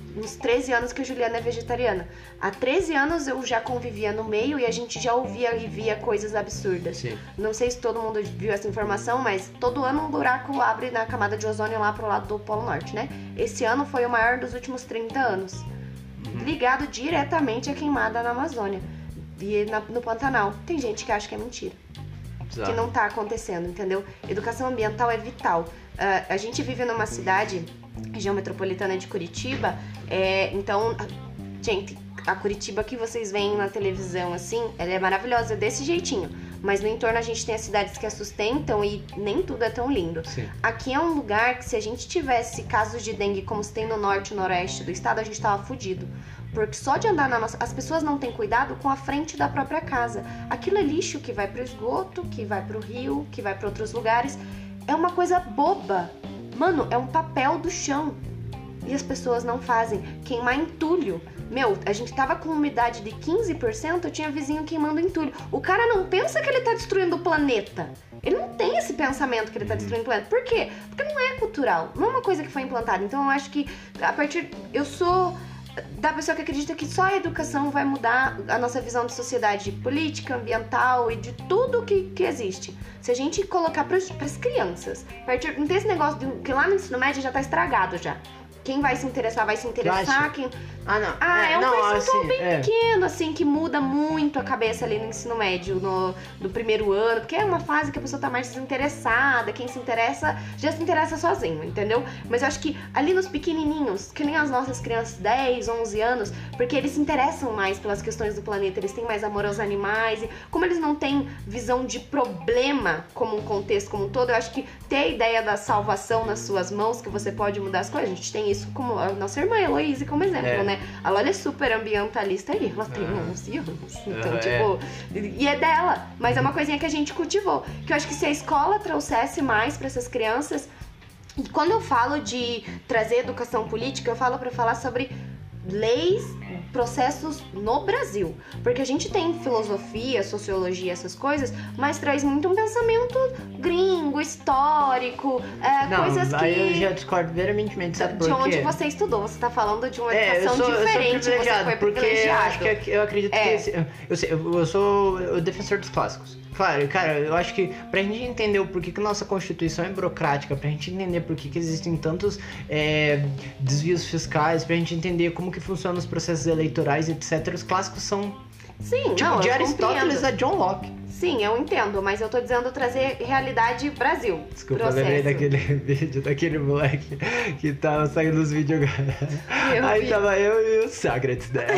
uns treze anos que a Juliana é vegetariana. Há treze anos eu já convivia no meio e a gente já ouvia e via coisas absurdas. Sim. Não sei se todo mundo viu essa informação, mas todo ano um buraco abre na camada de ozônio lá pro lado do Polo Norte, né? Esse ano foi o maior dos últimos trinta anos. Uhum. Ligado diretamente à queimada na Amazônia e na, no Pantanal. Tem gente que acha que é mentira. Exato. Que não tá acontecendo, entendeu? Educação ambiental é vital. Uh, a gente vive numa cidade, região metropolitana de Curitiba, é, então, gente, a Curitiba que vocês veem na televisão, assim, ela é maravilhosa, desse jeitinho. Mas no entorno a gente tem as cidades que a sustentam e nem tudo é tão lindo. Sim. Aqui é um lugar que se a gente tivesse casos de dengue como se tem no norte e noroeste do estado, a gente tava fudido. Porque só de andar na nossa... As pessoas não têm cuidado com a frente da própria casa. Aquilo é lixo que vai pro esgoto, que vai pro rio, que vai pra outros lugares. É uma coisa boba. Mano, é um papel do chão. E as pessoas não fazem. Queimar entulho. Meu, a gente tava com umidade de quinze por cento, eu tinha vizinho queimando entulho. O cara não pensa que ele tá destruindo o planeta. Ele não tem esse pensamento que ele tá destruindo o planeta. Por quê? Porque não é cultural. Não é uma coisa que foi implantada. Então eu acho que, a partir... Eu sou... da pessoa que acredita que só a educação vai mudar a nossa visão de sociedade política, ambiental e de tudo que, que existe. Se a gente colocar para as crianças, a partir, não tem esse negócio de que lá no ensino médio já tá estragado já. Quem vai se interessar, vai se interessar. Quem... Ah, não. Ah, é, é um não, percentual assim, bem é. pequeno, assim, que muda muito a cabeça ali no ensino médio, no, no primeiro ano, porque é uma fase que a pessoa tá mais desinteressada, quem se interessa, já se interessa sozinho, entendeu? Mas eu acho que ali nos pequenininhos, que nem as nossas crianças, dez, onze anos, porque eles se interessam mais pelas questões do planeta, eles têm mais amor aos animais, e como eles não têm visão de problema como um contexto como um todo, eu acho que ter a ideia da salvação nas suas mãos, que você pode mudar as coisas, a gente tem isso como a nossa irmã Heloísa como exemplo, é. né? A Lola é super ambientalista e ela tem ah. onze anos. Então, ah, tipo, é. e é dela. Mas é uma coisinha que a gente cultivou. Que eu acho que se a escola trouxesse mais pra essas crianças. E quando eu falo de trazer educação política, eu falo pra falar sobre leis, processos no Brasil. Porque a gente tem filosofia, sociologia, essas coisas, mas traz muito um pensamento gringo, histórico, é, não, coisas que... aí eu já discordo veementemente, sabe por quê? De onde você estudou, você tá falando de uma é, educação eu sou, diferente, eu sou você foi porque privilegiado. Eu, acho que, eu acredito é. que... Esse, eu, sei, eu sou o defensor dos clássicos. Claro, cara, eu acho que pra gente entender o porquê que nossa Constituição é burocrática, pra gente entender por que que existem tantos é, desvios fiscais, pra gente entender como que funcionam os processos eleitorais, etcétera, os clássicos são... Sim, tipo, não, de eu Aristóteles compreendo. a John Locke. Sim, eu entendo, mas eu tô dizendo trazer realidade Brasil. Desculpa, processo. eu lembrei daquele vídeo, daquele moleque que tava saindo os vídeos. Aí vi. Tava eu e o Sócrates, né?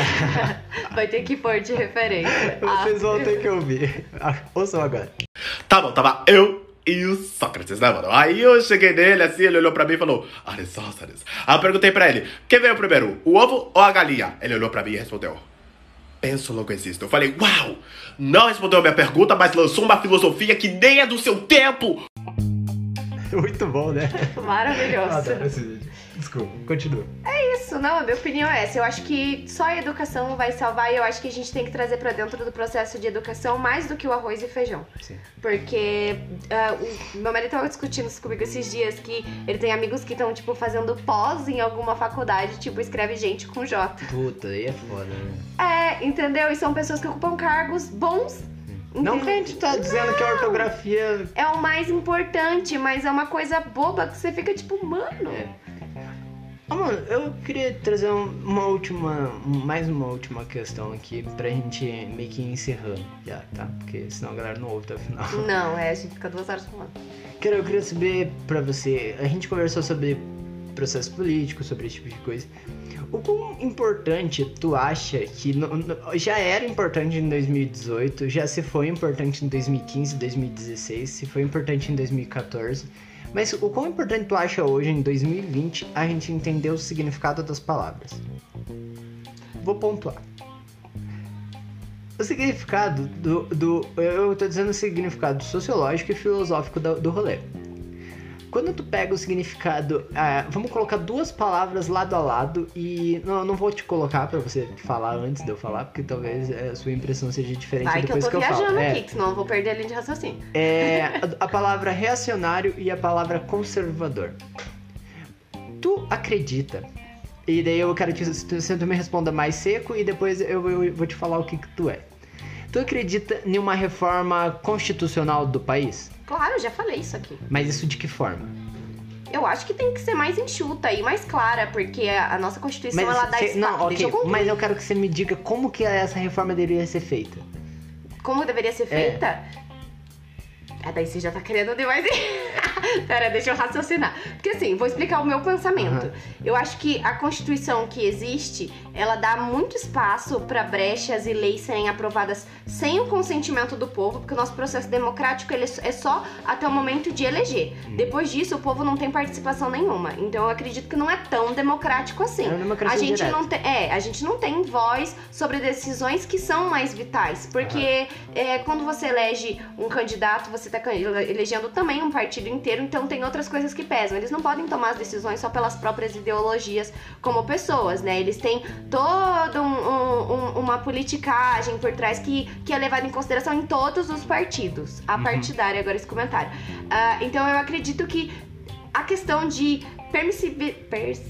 Vai ter que pôr de referência. Vocês ah, vão ter que ouvir. Ouçam agora. Tá bom, tava eu e o Sócrates, né, mano? Aí eu cheguei nele, assim, ele olhou pra mim e falou, Aristóteles. Aí eu perguntei pra ele, quem veio primeiro, o ovo ou a galinha? Ele olhou pra mim e respondeu, penso, logo existo. Eu falei, uau! Não respondeu a minha pergunta, mas lançou uma filosofia que nem é do seu tempo! Muito bom, né? Maravilhoso. Eu adoro esse vídeo. Desculpa, continua. É isso, não, a minha opinião é essa. Eu acho que só a educação vai salvar e eu acho que a gente tem que trazer pra dentro do processo de educação mais do que o arroz e feijão. Sim. Porque uh, o meu marido tava discutindo isso comigo esses dias, que ele tem amigos que estão, tipo, fazendo pós em alguma faculdade, tipo, escreve gente com J. Puta, aí é foda, né? É, entendeu? E são pessoas que ocupam cargos bons. Não que a gente tá dizendo não. que a ortografia... É o mais importante, mas é uma coisa boba que você fica tipo, mano... É. Ah, mano, eu queria trazer uma última, mais uma última questão aqui pra gente meio que ir encerrando já, tá? Porque senão a galera não ouve até o final. Não, é, a gente fica duas horas falando. Cara, eu queria saber pra você, a gente conversou sobre processo político, sobre esse tipo de coisa. O quão importante tu acha que no, no, já era importante em dois mil e dezoito, já se foi importante em dois mil e quinze, dois mil e dezesseis, se foi importante em dois mil e quatorze, mas o quão importante tu acha hoje, em dois mil e vinte, a gente entender o significado das palavras? Vou pontuar. O significado do... do eu tô dizendo o significado sociológico e filosófico do, do rolê. Quando tu pega o significado, ah, vamos colocar duas palavras lado a lado e não, não vou te colocar pra você falar antes de eu falar, porque talvez a sua impressão seja diferente Vai depois que eu, que eu tô viajando falo. aqui, é, que senão eu vou perder a linha de raciocínio. É a, a palavra reacionário e a palavra conservador. Tu acredita E daí eu quero que você me responda mais seco e depois eu, eu vou te falar o que, que tu é. Tu acredita em uma reforma constitucional do país? Claro, eu já falei isso aqui. Mas isso de que forma? Eu acho que tem que ser mais enxuta e mais clara, porque a, a nossa Constituição, Mas ela dá cê, espaço. não, Deixa eu ok, concluir. mas eu quero que você me diga como que essa reforma deveria ser feita. Como deveria ser feita? É. Ah, daí você já tá querendo demais. Pera, deixa eu raciocinar. Porque assim, vou explicar o meu pensamento. Uhum. Eu acho que a Constituição que existe, ela dá muito espaço para brechas e leis serem aprovadas sem o consentimento do povo, porque o nosso processo democrático ele é só até o momento de eleger. Uhum. Depois disso, o povo não tem participação nenhuma. Então eu acredito que não é tão democrático assim. É uma democracia a gente direta. não tem, é, a gente não tem voz sobre decisões que são mais vitais, porque uhum. é, quando você elege um candidato, você tá elegendo também um partido inteiro, então tem outras coisas que pesam. Eles não podem tomar as decisões só pelas próprias ideologias como pessoas, né? Eles têm toda um, um, uma politicagem por trás que, que é levada em consideração em todos os partidos. A partidária, agora esse comentário. Uh, então eu acredito que a questão de permissibilidade...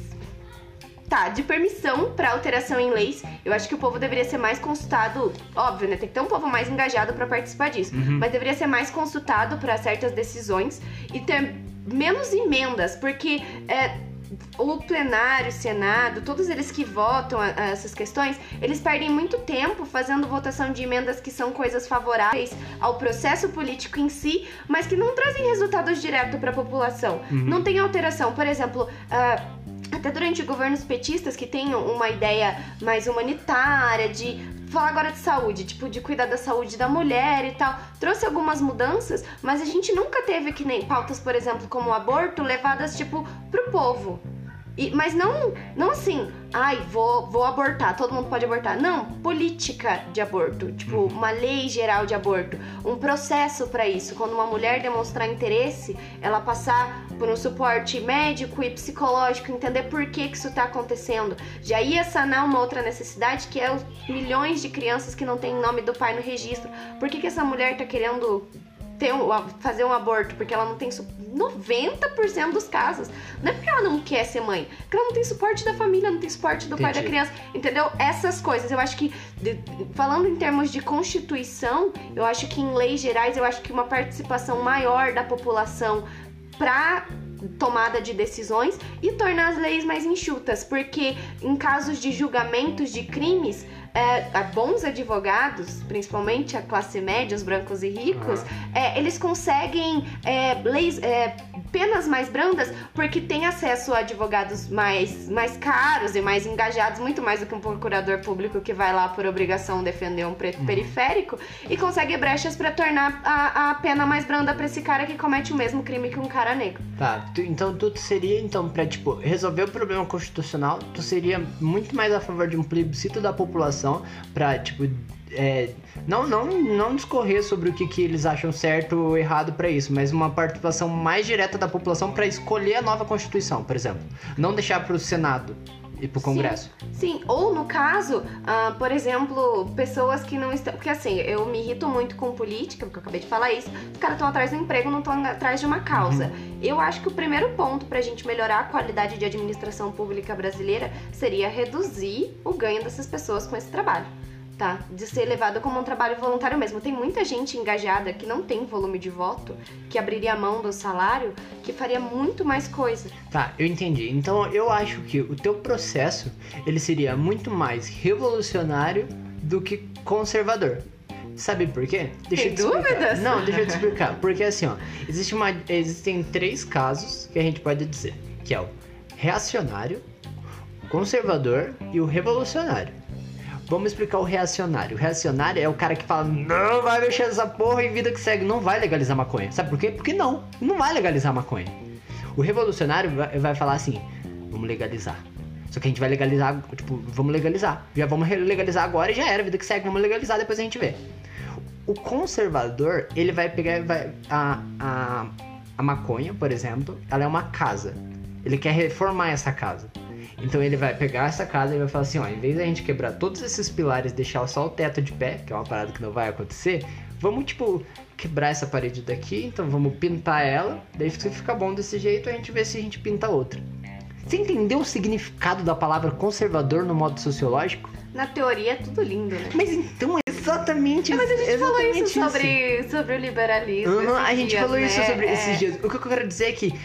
Tá, de permissão para alteração em leis, eu acho que o povo deveria ser mais consultado, óbvio, né? Tem que ter um povo mais engajado para participar disso, uhum. mas deveria ser mais consultado para certas decisões e ter menos emendas, porque é, o plenário, o Senado, todos eles que votam a, a essas questões, eles perdem muito tempo fazendo votação de emendas que são coisas favoráveis ao processo político em si, mas que não trazem resultados diretos para a população. Uhum. Não tem alteração, por exemplo... Uh, até durante governos petistas que têm uma ideia mais humanitária, de falar agora de saúde, tipo, de cuidar da saúde da mulher e tal, trouxe algumas mudanças, mas a gente nunca teve que nem pautas, por exemplo, como o aborto, levadas, tipo, pro povo. E, mas não, não assim, ai, vou, vou abortar, todo mundo pode abortar. Não, política de aborto, tipo, uma lei geral de aborto, um processo para isso. Quando uma mulher demonstrar interesse, ela passar por um suporte médico e psicológico, entender por que que isso tá acontecendo. Já ia sanar uma outra necessidade, que é os milhões de crianças que não têm nome do pai no registro. Por que que essa mulher tá querendo... Ter um, fazer um aborto, porque ela não tem noventa por cento dos casos. Não é porque ela não quer ser mãe, porque ela não tem suporte da família, não tem suporte do Entendi. Pai da criança, entendeu? Essas coisas, eu acho que, de, falando em termos de Constituição, eu acho que em leis gerais, eu acho que uma participação maior da população pra tomada de decisões e tornar as leis mais enxutas, porque em casos de julgamentos de crimes, É, bons advogados, principalmente a classe média, os brancos e ricos, uhum. é, eles conseguem é, leis, é, penas mais brandas porque tem acesso a advogados mais, mais caros e mais engajados, muito mais do que um procurador público que vai lá por obrigação defender um preto uhum. periférico e consegue brechas para tornar a, a pena mais branda para esse cara que comete o mesmo crime que um cara negro. Tá, tu, então tu seria, então, pra, tipo, resolver o problema constitucional, tu seria muito mais a favor de um plebiscito da população pra, tipo, é, não, não, não discorrer sobre o que, que eles acham certo ou errado pra isso, mas uma participação mais direta da população pra escolher a nova Constituição, por exemplo. Não deixar pro Senado e pro Congresso. Sim, sim. Ou no caso, uh, por exemplo, pessoas que não estão... Porque assim, eu me irrito muito com política, porque eu acabei de falar isso, os caras estão atrás do emprego, não estão atrás de uma causa. Uhum. Eu acho que o primeiro ponto pra gente melhorar a qualidade de administração pública brasileira seria reduzir o ganho dessas pessoas com esse trabalho. Tá? De ser levado como um trabalho voluntário mesmo. Tem muita gente engajada que não tem volume de voto, que abriria a mão do salário, que faria muito mais coisa. Tá, eu entendi. Então eu acho que o teu processo, ele seria muito mais revolucionário do que conservador. Sabe por quê? Deixa Tem eu te explicar. dúvidas? Não, deixa eu te explicar. Porque assim, ó, existe uma, existem três casos que a gente pode dizer, que é o reacionário, o conservador e o revolucionário. Vamos explicar o reacionário. O reacionário é o cara que fala, não vai mexer nessa porra e vida que segue, não vai legalizar maconha. Sabe por quê? Porque não, não vai legalizar maconha. O revolucionário vai, vai falar assim, vamos legalizar. Só que a gente vai legalizar, tipo, vamos legalizar. Já vamos legalizar agora e já era, vida que segue, vamos legalizar, depois a gente vê. O conservador, ele vai pegar, vai, a, a, a maconha, por exemplo, ela é uma casa. Ele quer reformar essa casa. Então ele vai pegar essa casa e vai falar assim, ó, em vez da gente quebrar todos esses pilares e deixar só o teto de pé, que é uma parada que não vai acontecer, vamos, tipo, quebrar essa parede daqui, então vamos pintar ela, daí se ficar bom desse jeito, a gente vê se a gente pinta outra. Você entendeu o significado da palavra conservador no modo sociológico? Na teoria é tudo lindo, né? Mas então é exatamente isso. Mas a gente falou isso, isso. sobre, sobre o liberalismo. Uhum, a gente dias, falou né? isso sobre é... esses dias. O que eu quero dizer é que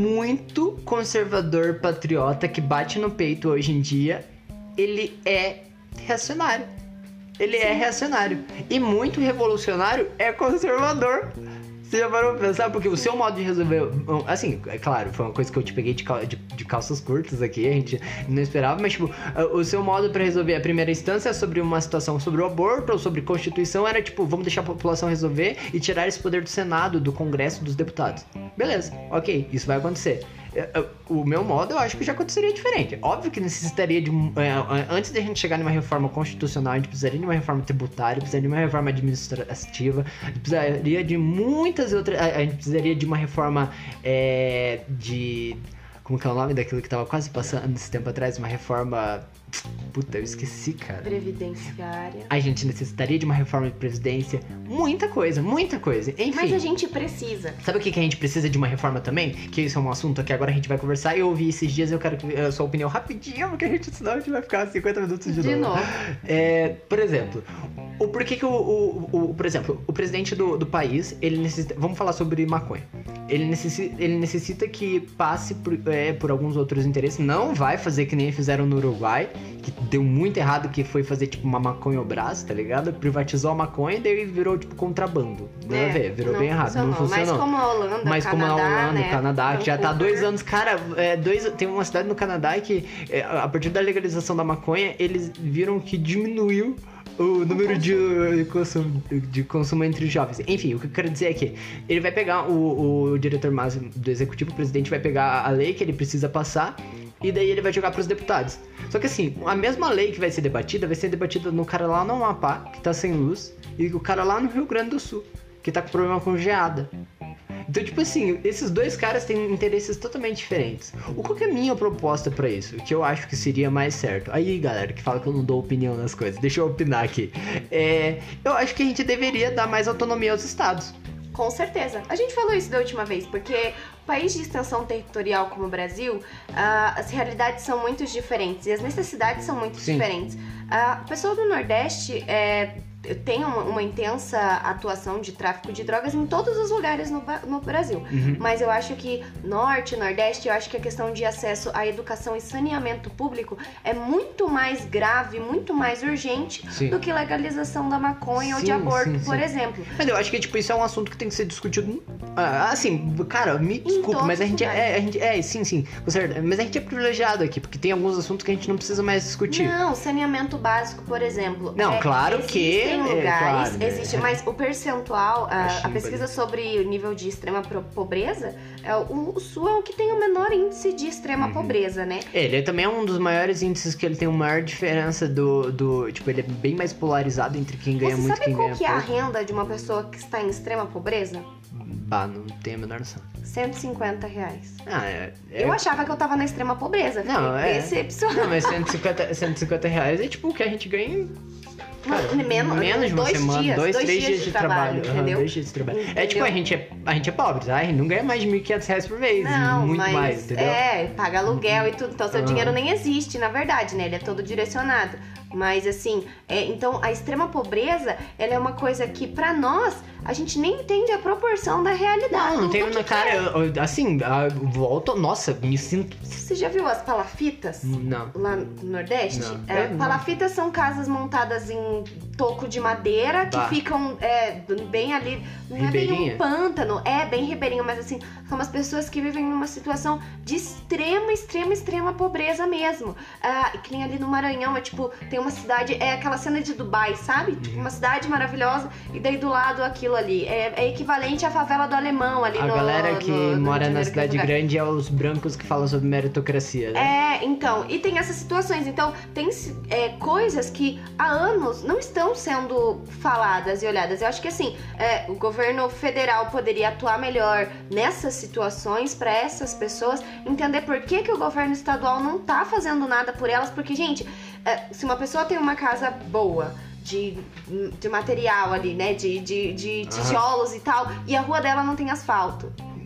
muito conservador patriota que bate no peito hoje em dia, ele é reacionário. Ele Sim. é reacionário. E muito revolucionário é conservador. Você já parou pra pensar? Porque o seu modo de resolver... Assim, é claro, foi uma coisa que eu te peguei de, cal, de, de calças curtas aqui, a gente não esperava, mas tipo, o seu modo pra resolver a primeira instância sobre uma situação sobre o aborto ou sobre Constituição era tipo, vamos deixar a população resolver e tirar esse poder do Senado, do Congresso, dos deputados. Beleza, ok, isso vai acontecer. O meu modo eu acho que já aconteceria diferente. Óbvio que necessitaria de... Antes de a gente chegar numa reforma constitucional, a gente precisaria de uma reforma tributária, precisaria de uma reforma administrativa, a gente precisaria de muitas outras... A gente precisaria de uma reforma é, de... Como que é o nome daquilo que tava quase passando esse tempo atrás? Uma reforma... Puta, eu esqueci, cara. Previdenciária. A gente necessitaria de uma reforma de previdência. Muita coisa, muita coisa. Enfim. Mas a gente precisa. Sabe o que, que a gente precisa de uma reforma também? Que isso é um assunto que agora a gente vai conversar. Eu ouvi esses dias, eu quero a sua opinião rapidinho, porque a gente, senão a gente vai ficar cinquenta minutos de, de novo. novo. É, por exemplo, o porquê que o, o, o, por exemplo, o presidente do, do país, ele necessita... Vamos falar sobre maconha. Ele necessita, ele necessita que passe por, é, por alguns outros interesses. Não vai fazer que nem fizeram no Uruguai, que deu muito errado, que foi fazer tipo uma maconha ao braço, tá ligado? Privatizou a maconha e daí virou tipo contrabando. Não é, ver, virou bem errado. Funcionou. Não funcionou. Mas como a Holanda, Mas Canadá, como a Holanda, né? Canadá, que já tá há Vancouver. dois anos, cara, é, dois, tem uma cidade no Canadá que é, a partir da legalização da maconha, eles viram que diminuiu o número de consumo, de consumo entre os jovens. Enfim, o que eu quero dizer é que ele vai pegar, o, o diretor máximo do executivo, o presidente, vai pegar a lei que ele precisa passar e daí ele vai jogar pros deputados. Só que assim, a mesma lei que vai ser debatida, vai ser debatida no cara lá no Amapá, que tá sem luz, e o cara lá no Rio Grande do Sul, que tá com problema com geada. Então, tipo assim, esses dois caras têm interesses totalmente diferentes. O qual que é a minha proposta pra isso? O que eu acho que seria mais certo? Aí, galera, que fala que eu não dou opinião nas coisas, deixa eu opinar aqui. É, eu acho que a gente deveria dar mais autonomia aos estados. Com certeza. A gente falou isso da última vez, porque o país de extensão territorial como o Brasil, uh, as realidades são muito diferentes e as necessidades são muito Sim. diferentes. Uh, a pessoa do Nordeste é, tem uma, uma intensa atuação de tráfico de drogas em todos os lugares no, no Brasil. Uhum. Mas eu acho que Norte, Nordeste, eu acho que a questão de acesso à educação e saneamento público é muito mais grave, muito mais urgente Sim. do que legalização da maconha ou de Sim, aborto, sim, por sim. exemplo. Mas eu acho que, tipo, isso é um assunto que tem que ser discutido. Ah, assim, cara, me desculpa, todos mas a gente, os é, a gente. É, sim, sim. Com certeza, mas a gente é privilegiado aqui, porque tem alguns assuntos que a gente não precisa mais discutir. Não, saneamento básico, por exemplo. Não, é, claro que. Existem lugares, é, claro, existe, é. mas o percentual, a, Acho a pesquisa que- sobre o nível de extrema pro- pobreza, é, o, o Sul é o que tem o menor índice de extrema Uhum. pobreza, né? Ele também é um dos maiores índices que ele tem uma maior diferença do, do. Tipo, ele é bem mais polarizado entre quem ganha Você muito e sabe quem qual ganha que é a pouco. renda de uma pessoa que está em extrema pobreza? Bah, não tenho a menor noção. cento e cinquenta reais. Ah, é. é- Eu achava que eu tava na extrema pobreza. Fiquei Não, é. decepcionada. Não, mas cento e cinquenta, cento e cinquenta reais é tipo o que a gente ganha em. Cara, menos, menos de uma dois semana, dias, dois, dois três dias dias de trabalho. Aham, entendeu? dois dias de trabalho. É Entendeu? tipo, a gente é, a gente é pobre, tá? A gente não ganha mais de mil e quinhentos reais por mês. Não, muito mas mais, entendeu? é, paga aluguel e tudo. Então, seu Ah. dinheiro nem existe, na verdade, né? Ele é todo direcionado. Mas, assim, é, então, a extrema pobreza, ela é uma coisa que, pra nós, a gente nem entende a proporção da realidade. Não, não do tem. que Cara, que é. eu- eu- assim, a- volta. Nossa, me sinto. Você já viu as palafitas? Não. Lá no Nordeste? Não. É, Eu não. palafitas são casas montadas em toco de madeira que Bah. ficam é, bem ali. Não é bem Ribeirinha? um pântano, é bem ribeirinho, mas assim, são umas pessoas que vivem numa situação de extrema, extrema, extrema pobreza mesmo. Ah, que nem ali no Maranhão, é tipo, tem uma cidade, é aquela cena de Dubai, sabe? Tipo, Uhum. uma cidade maravilhosa e daí do lado aquilo ali. É, é equivalente à favela do Alemão ali A no galera que no- no mora Rio de na Janeiro, cidade que é lugar. grande é os brancos que falam sobre meritocracia, né? É, então, e tem essas situações. Então, tem é, coisas que há anos não estão sendo faladas e olhadas. Eu acho que, assim, é, o governo federal poderia atuar melhor nessas situações para essas pessoas, entender por que, que o governo estadual não tá fazendo nada por elas. Porque, gente, é, se uma pessoa tem uma casa boa, de, de material ali, né, de, de, de tijolos e tal, e a rua dela não tem asfalto.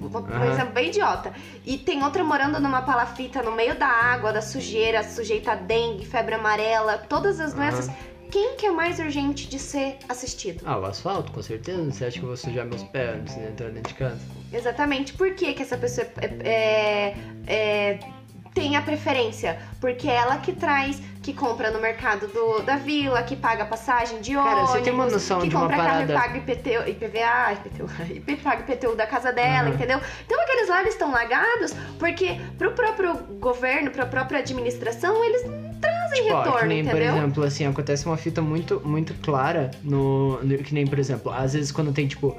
uma, um Aham. exemplo bem idiota. E tem outra morando numa palafita no meio da água, da sujeira, sujeita a dengue, febre amarela, todas as doenças. Quem que é mais urgente de ser assistido? Ah, o asfalto, com certeza. Você acha que eu vou sujar meus pés antes de entrar dentro de casa? Exatamente. Por que que essa pessoa é, é, é, tem a preferência? Porque é ela que traz, que compra no mercado do, da vila, que paga passagem de ônibus, Cara, você tem uma noção que de uma compra carro parada- e paga I P T U, I P V A, I P T U, e paga I P T U da casa dela, Uhum. entendeu? Então aqueles lá eles estão lagados porque pro próprio governo, pra própria administração, eles não trazem Tipo, ó, retorno, que nem, entendeu? por exemplo, assim, acontece uma fita muito, muito clara no, no- Que nem, por exemplo, às vezes quando tem, tipo...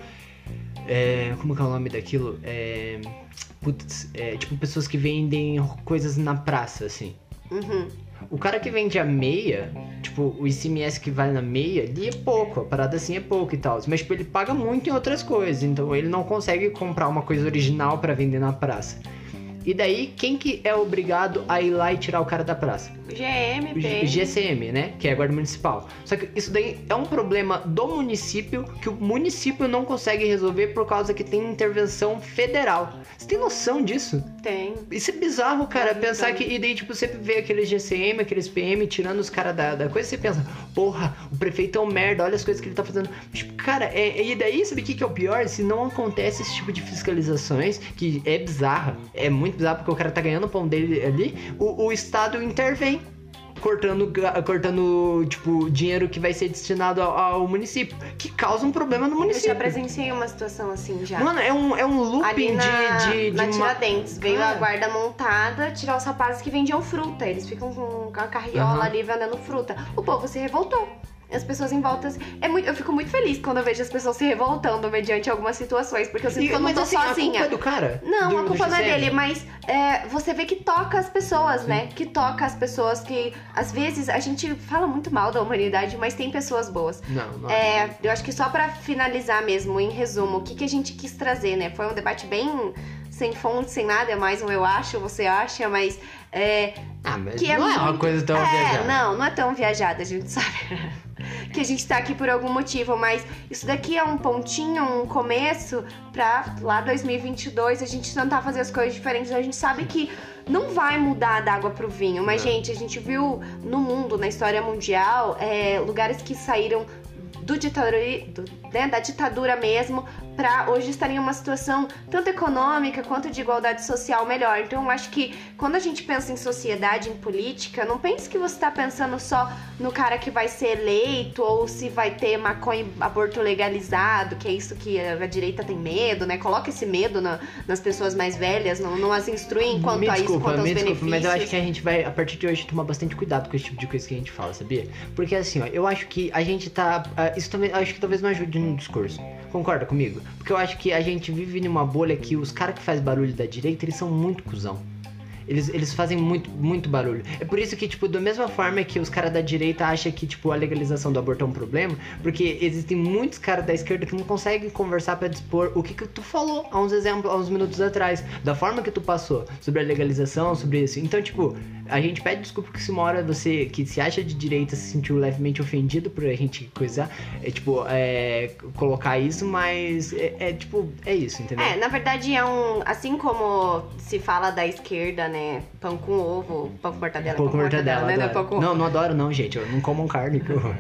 é, como que é o nome daquilo? É... Putz, é, tipo, pessoas que vendem coisas na praça, assim. Uhum. O cara que vende a meia, tipo, o I C M S que vai na meia, ali é pouco, a parada assim é pouco e tal. Mas, tipo, ele paga muito em outras coisas, então ele não consegue comprar uma coisa original pra vender na praça. E daí, quem que é obrigado a ir lá e tirar o cara da praça? G M, O P G- G C M, né? Que é a Guarda Municipal. Só que isso daí é um problema do município que o município não consegue resolver por causa que tem intervenção federal. Você tem noção disso? tem. Isso é bizarro, cara. Então. Pensar que. E daí, tipo, você vê aqueles G C M, aqueles P M tirando os caras da, da coisa, você pensa, porra, o prefeito é um merda, olha as coisas que ele tá fazendo. Tipo, cara, é, e daí, sabe o que, que é o pior? Se não acontece esse tipo de fiscalizações, que é bizarra, é muito bizarro porque o cara tá ganhando o pão dele ali, o, o Estado intervém. Cortando, ga- cortando, tipo, dinheiro que vai ser destinado ao, ao município, que causa um problema no Eu município. já presenciei uma situação assim já. Mano, é um, é um looping Ali na, de, de, de na uma... Tiradentes, veio Cara. a guarda montada tirar os rapazes que vendiam fruta. Eles ficam com a carriola Aham. ali vendendo fruta. O povo se revoltou. As pessoas em volta. É muito, eu fico muito feliz quando eu vejo as pessoas se revoltando mediante algumas situações, porque eu sinto E- que eu não mas tô assim, a sozinha. culpa é do cara? Não, Do- a do culpa não é G C M? dele, mas é, você vê que toca as pessoas, né? Que toca as pessoas que, às vezes, a gente fala muito mal da humanidade, mas tem pessoas boas. Não, não É, eu acho que só pra finalizar mesmo, em resumo, o que, que a gente quis trazer, né? Foi um debate bem sem fonte, sem nada, é mais um eu acho, você acha, mas é, Ah, mas que é não é uma muito- coisa tão é, viajada. não, não é tão viajada, a gente sabe que a gente tá aqui por algum motivo, mas isso daqui é um pontinho, um começo pra lá dois mil e vinte e dois a gente tentar fazer as coisas diferentes. A gente sabe que não vai mudar da água pro vinho, mas, Não. gente, a gente viu no mundo, na história mundial, é, lugares que saíram do ditadura, do, né, da ditadura mesmo, pra hoje estar em uma situação tanto econômica quanto de igualdade social melhor. Então eu acho que quando a gente pensa em sociedade, em política, não pense que você tá pensando só no cara que vai ser eleito ou se vai ter maconha, aborto legalizado, que é isso que a, a direita tem medo, né? Coloca esse medo na- nas pessoas mais velhas, não, não as instruem quanto me a isso, desculpa, quanto aos me desculpa, benefícios. mas eu acho que a gente vai, a partir de hoje, tomar bastante cuidado com esse tipo de coisa que a gente fala, sabia? Porque assim, ó, eu acho que a gente tá... ah, isso também, acho que talvez não ajude no discurso. Concorda comigo? Porque eu acho que a gente vive numa bolha que os caras que faz barulho da direita, eles são muito cuzão. Eles, eles fazem muito, muito barulho. É por isso que, tipo, da mesma forma que os caras da direita acham que, tipo, a legalização do aborto é um problema, porque existem muitos caras da esquerda que não conseguem conversar pra dispor o que que tu falou há uns exemplos, há uns minutos atrás, da forma que tu passou sobre a legalização, sobre isso. Então, tipo, a gente pede desculpa que se uma hora você que se acha de direita se sentiu levemente ofendido por a gente coisar, é, tipo, é, colocar isso, mas é, é, tipo, é isso, entendeu? É, na verdade é um. Assim como se fala da esquerda, né? Pão com ovo, pão com mortadela, Pão com mortadela, né? Não é adoro. pão com Não, não adoro não, gente. Eu não como carne, que horror.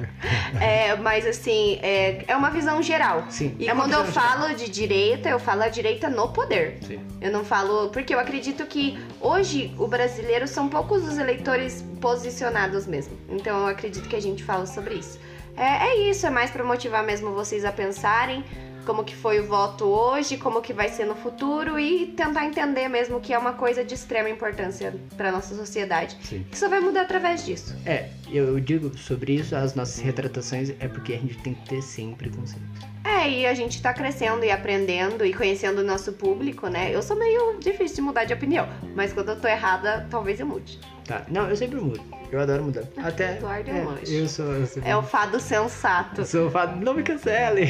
É, mas assim, é, é uma visão geral. Sim, E é uma quando eu visão geral. falo de direita, eu falo a direita no poder. Sim. Eu não falo. Porque eu acredito que hoje o brasileiro são poucos os eleitores posicionados mesmo. Então eu acredito que a gente fala sobre isso. É, é isso, é mais pra motivar mesmo vocês a pensarem como que foi o voto hoje, como que vai ser no futuro e tentar entender mesmo que é uma coisa de extrema importância pra nossa sociedade. Sim. Que só vai mudar através disso. É, eu digo sobre isso, as nossas retratações, é porque a gente tem que ter sempre preconceito. É, e a gente tá crescendo e aprendendo e conhecendo o nosso público, né? Eu sou meio difícil de mudar de opinião, mas quando eu tô errada, talvez eu mude. Tá, não, eu sempre mudo. Eu adoro mudar. Até. Eduardo é um anjo. eu sou. Eu sou, É o fado sensato. eu sou fado. Não me cancele!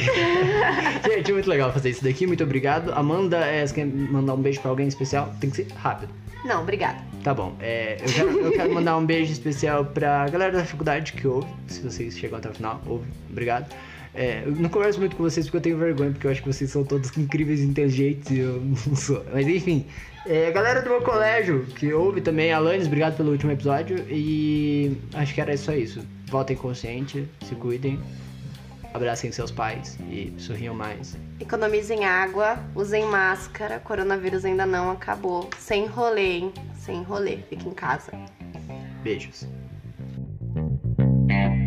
Gente, muito legal fazer isso daqui, muito obrigado. Amanda, é, você quer mandar um beijo pra alguém especial? Tem que ser rápido. Não, obrigada. Tá bom, é, eu, quero, eu quero mandar um beijo especial pra galera da faculdade que ouve, se vocês chegam até o final, ouve, obrigado. É, eu não converso muito com vocês porque eu tenho vergonha, porque eu acho que vocês são todos incríveis e inteligentes e eu não sou. Mas enfim, é, galera do meu colégio, que ouve também, Alanis, obrigado pelo último episódio. E acho que era só isso. Voltem consciente, se cuidem, abracem seus pais e sorriam mais. Economizem água, usem máscara, coronavírus ainda não acabou. Sem rolê, hein? Sem rolê, fique em casa. Beijos. Thank you.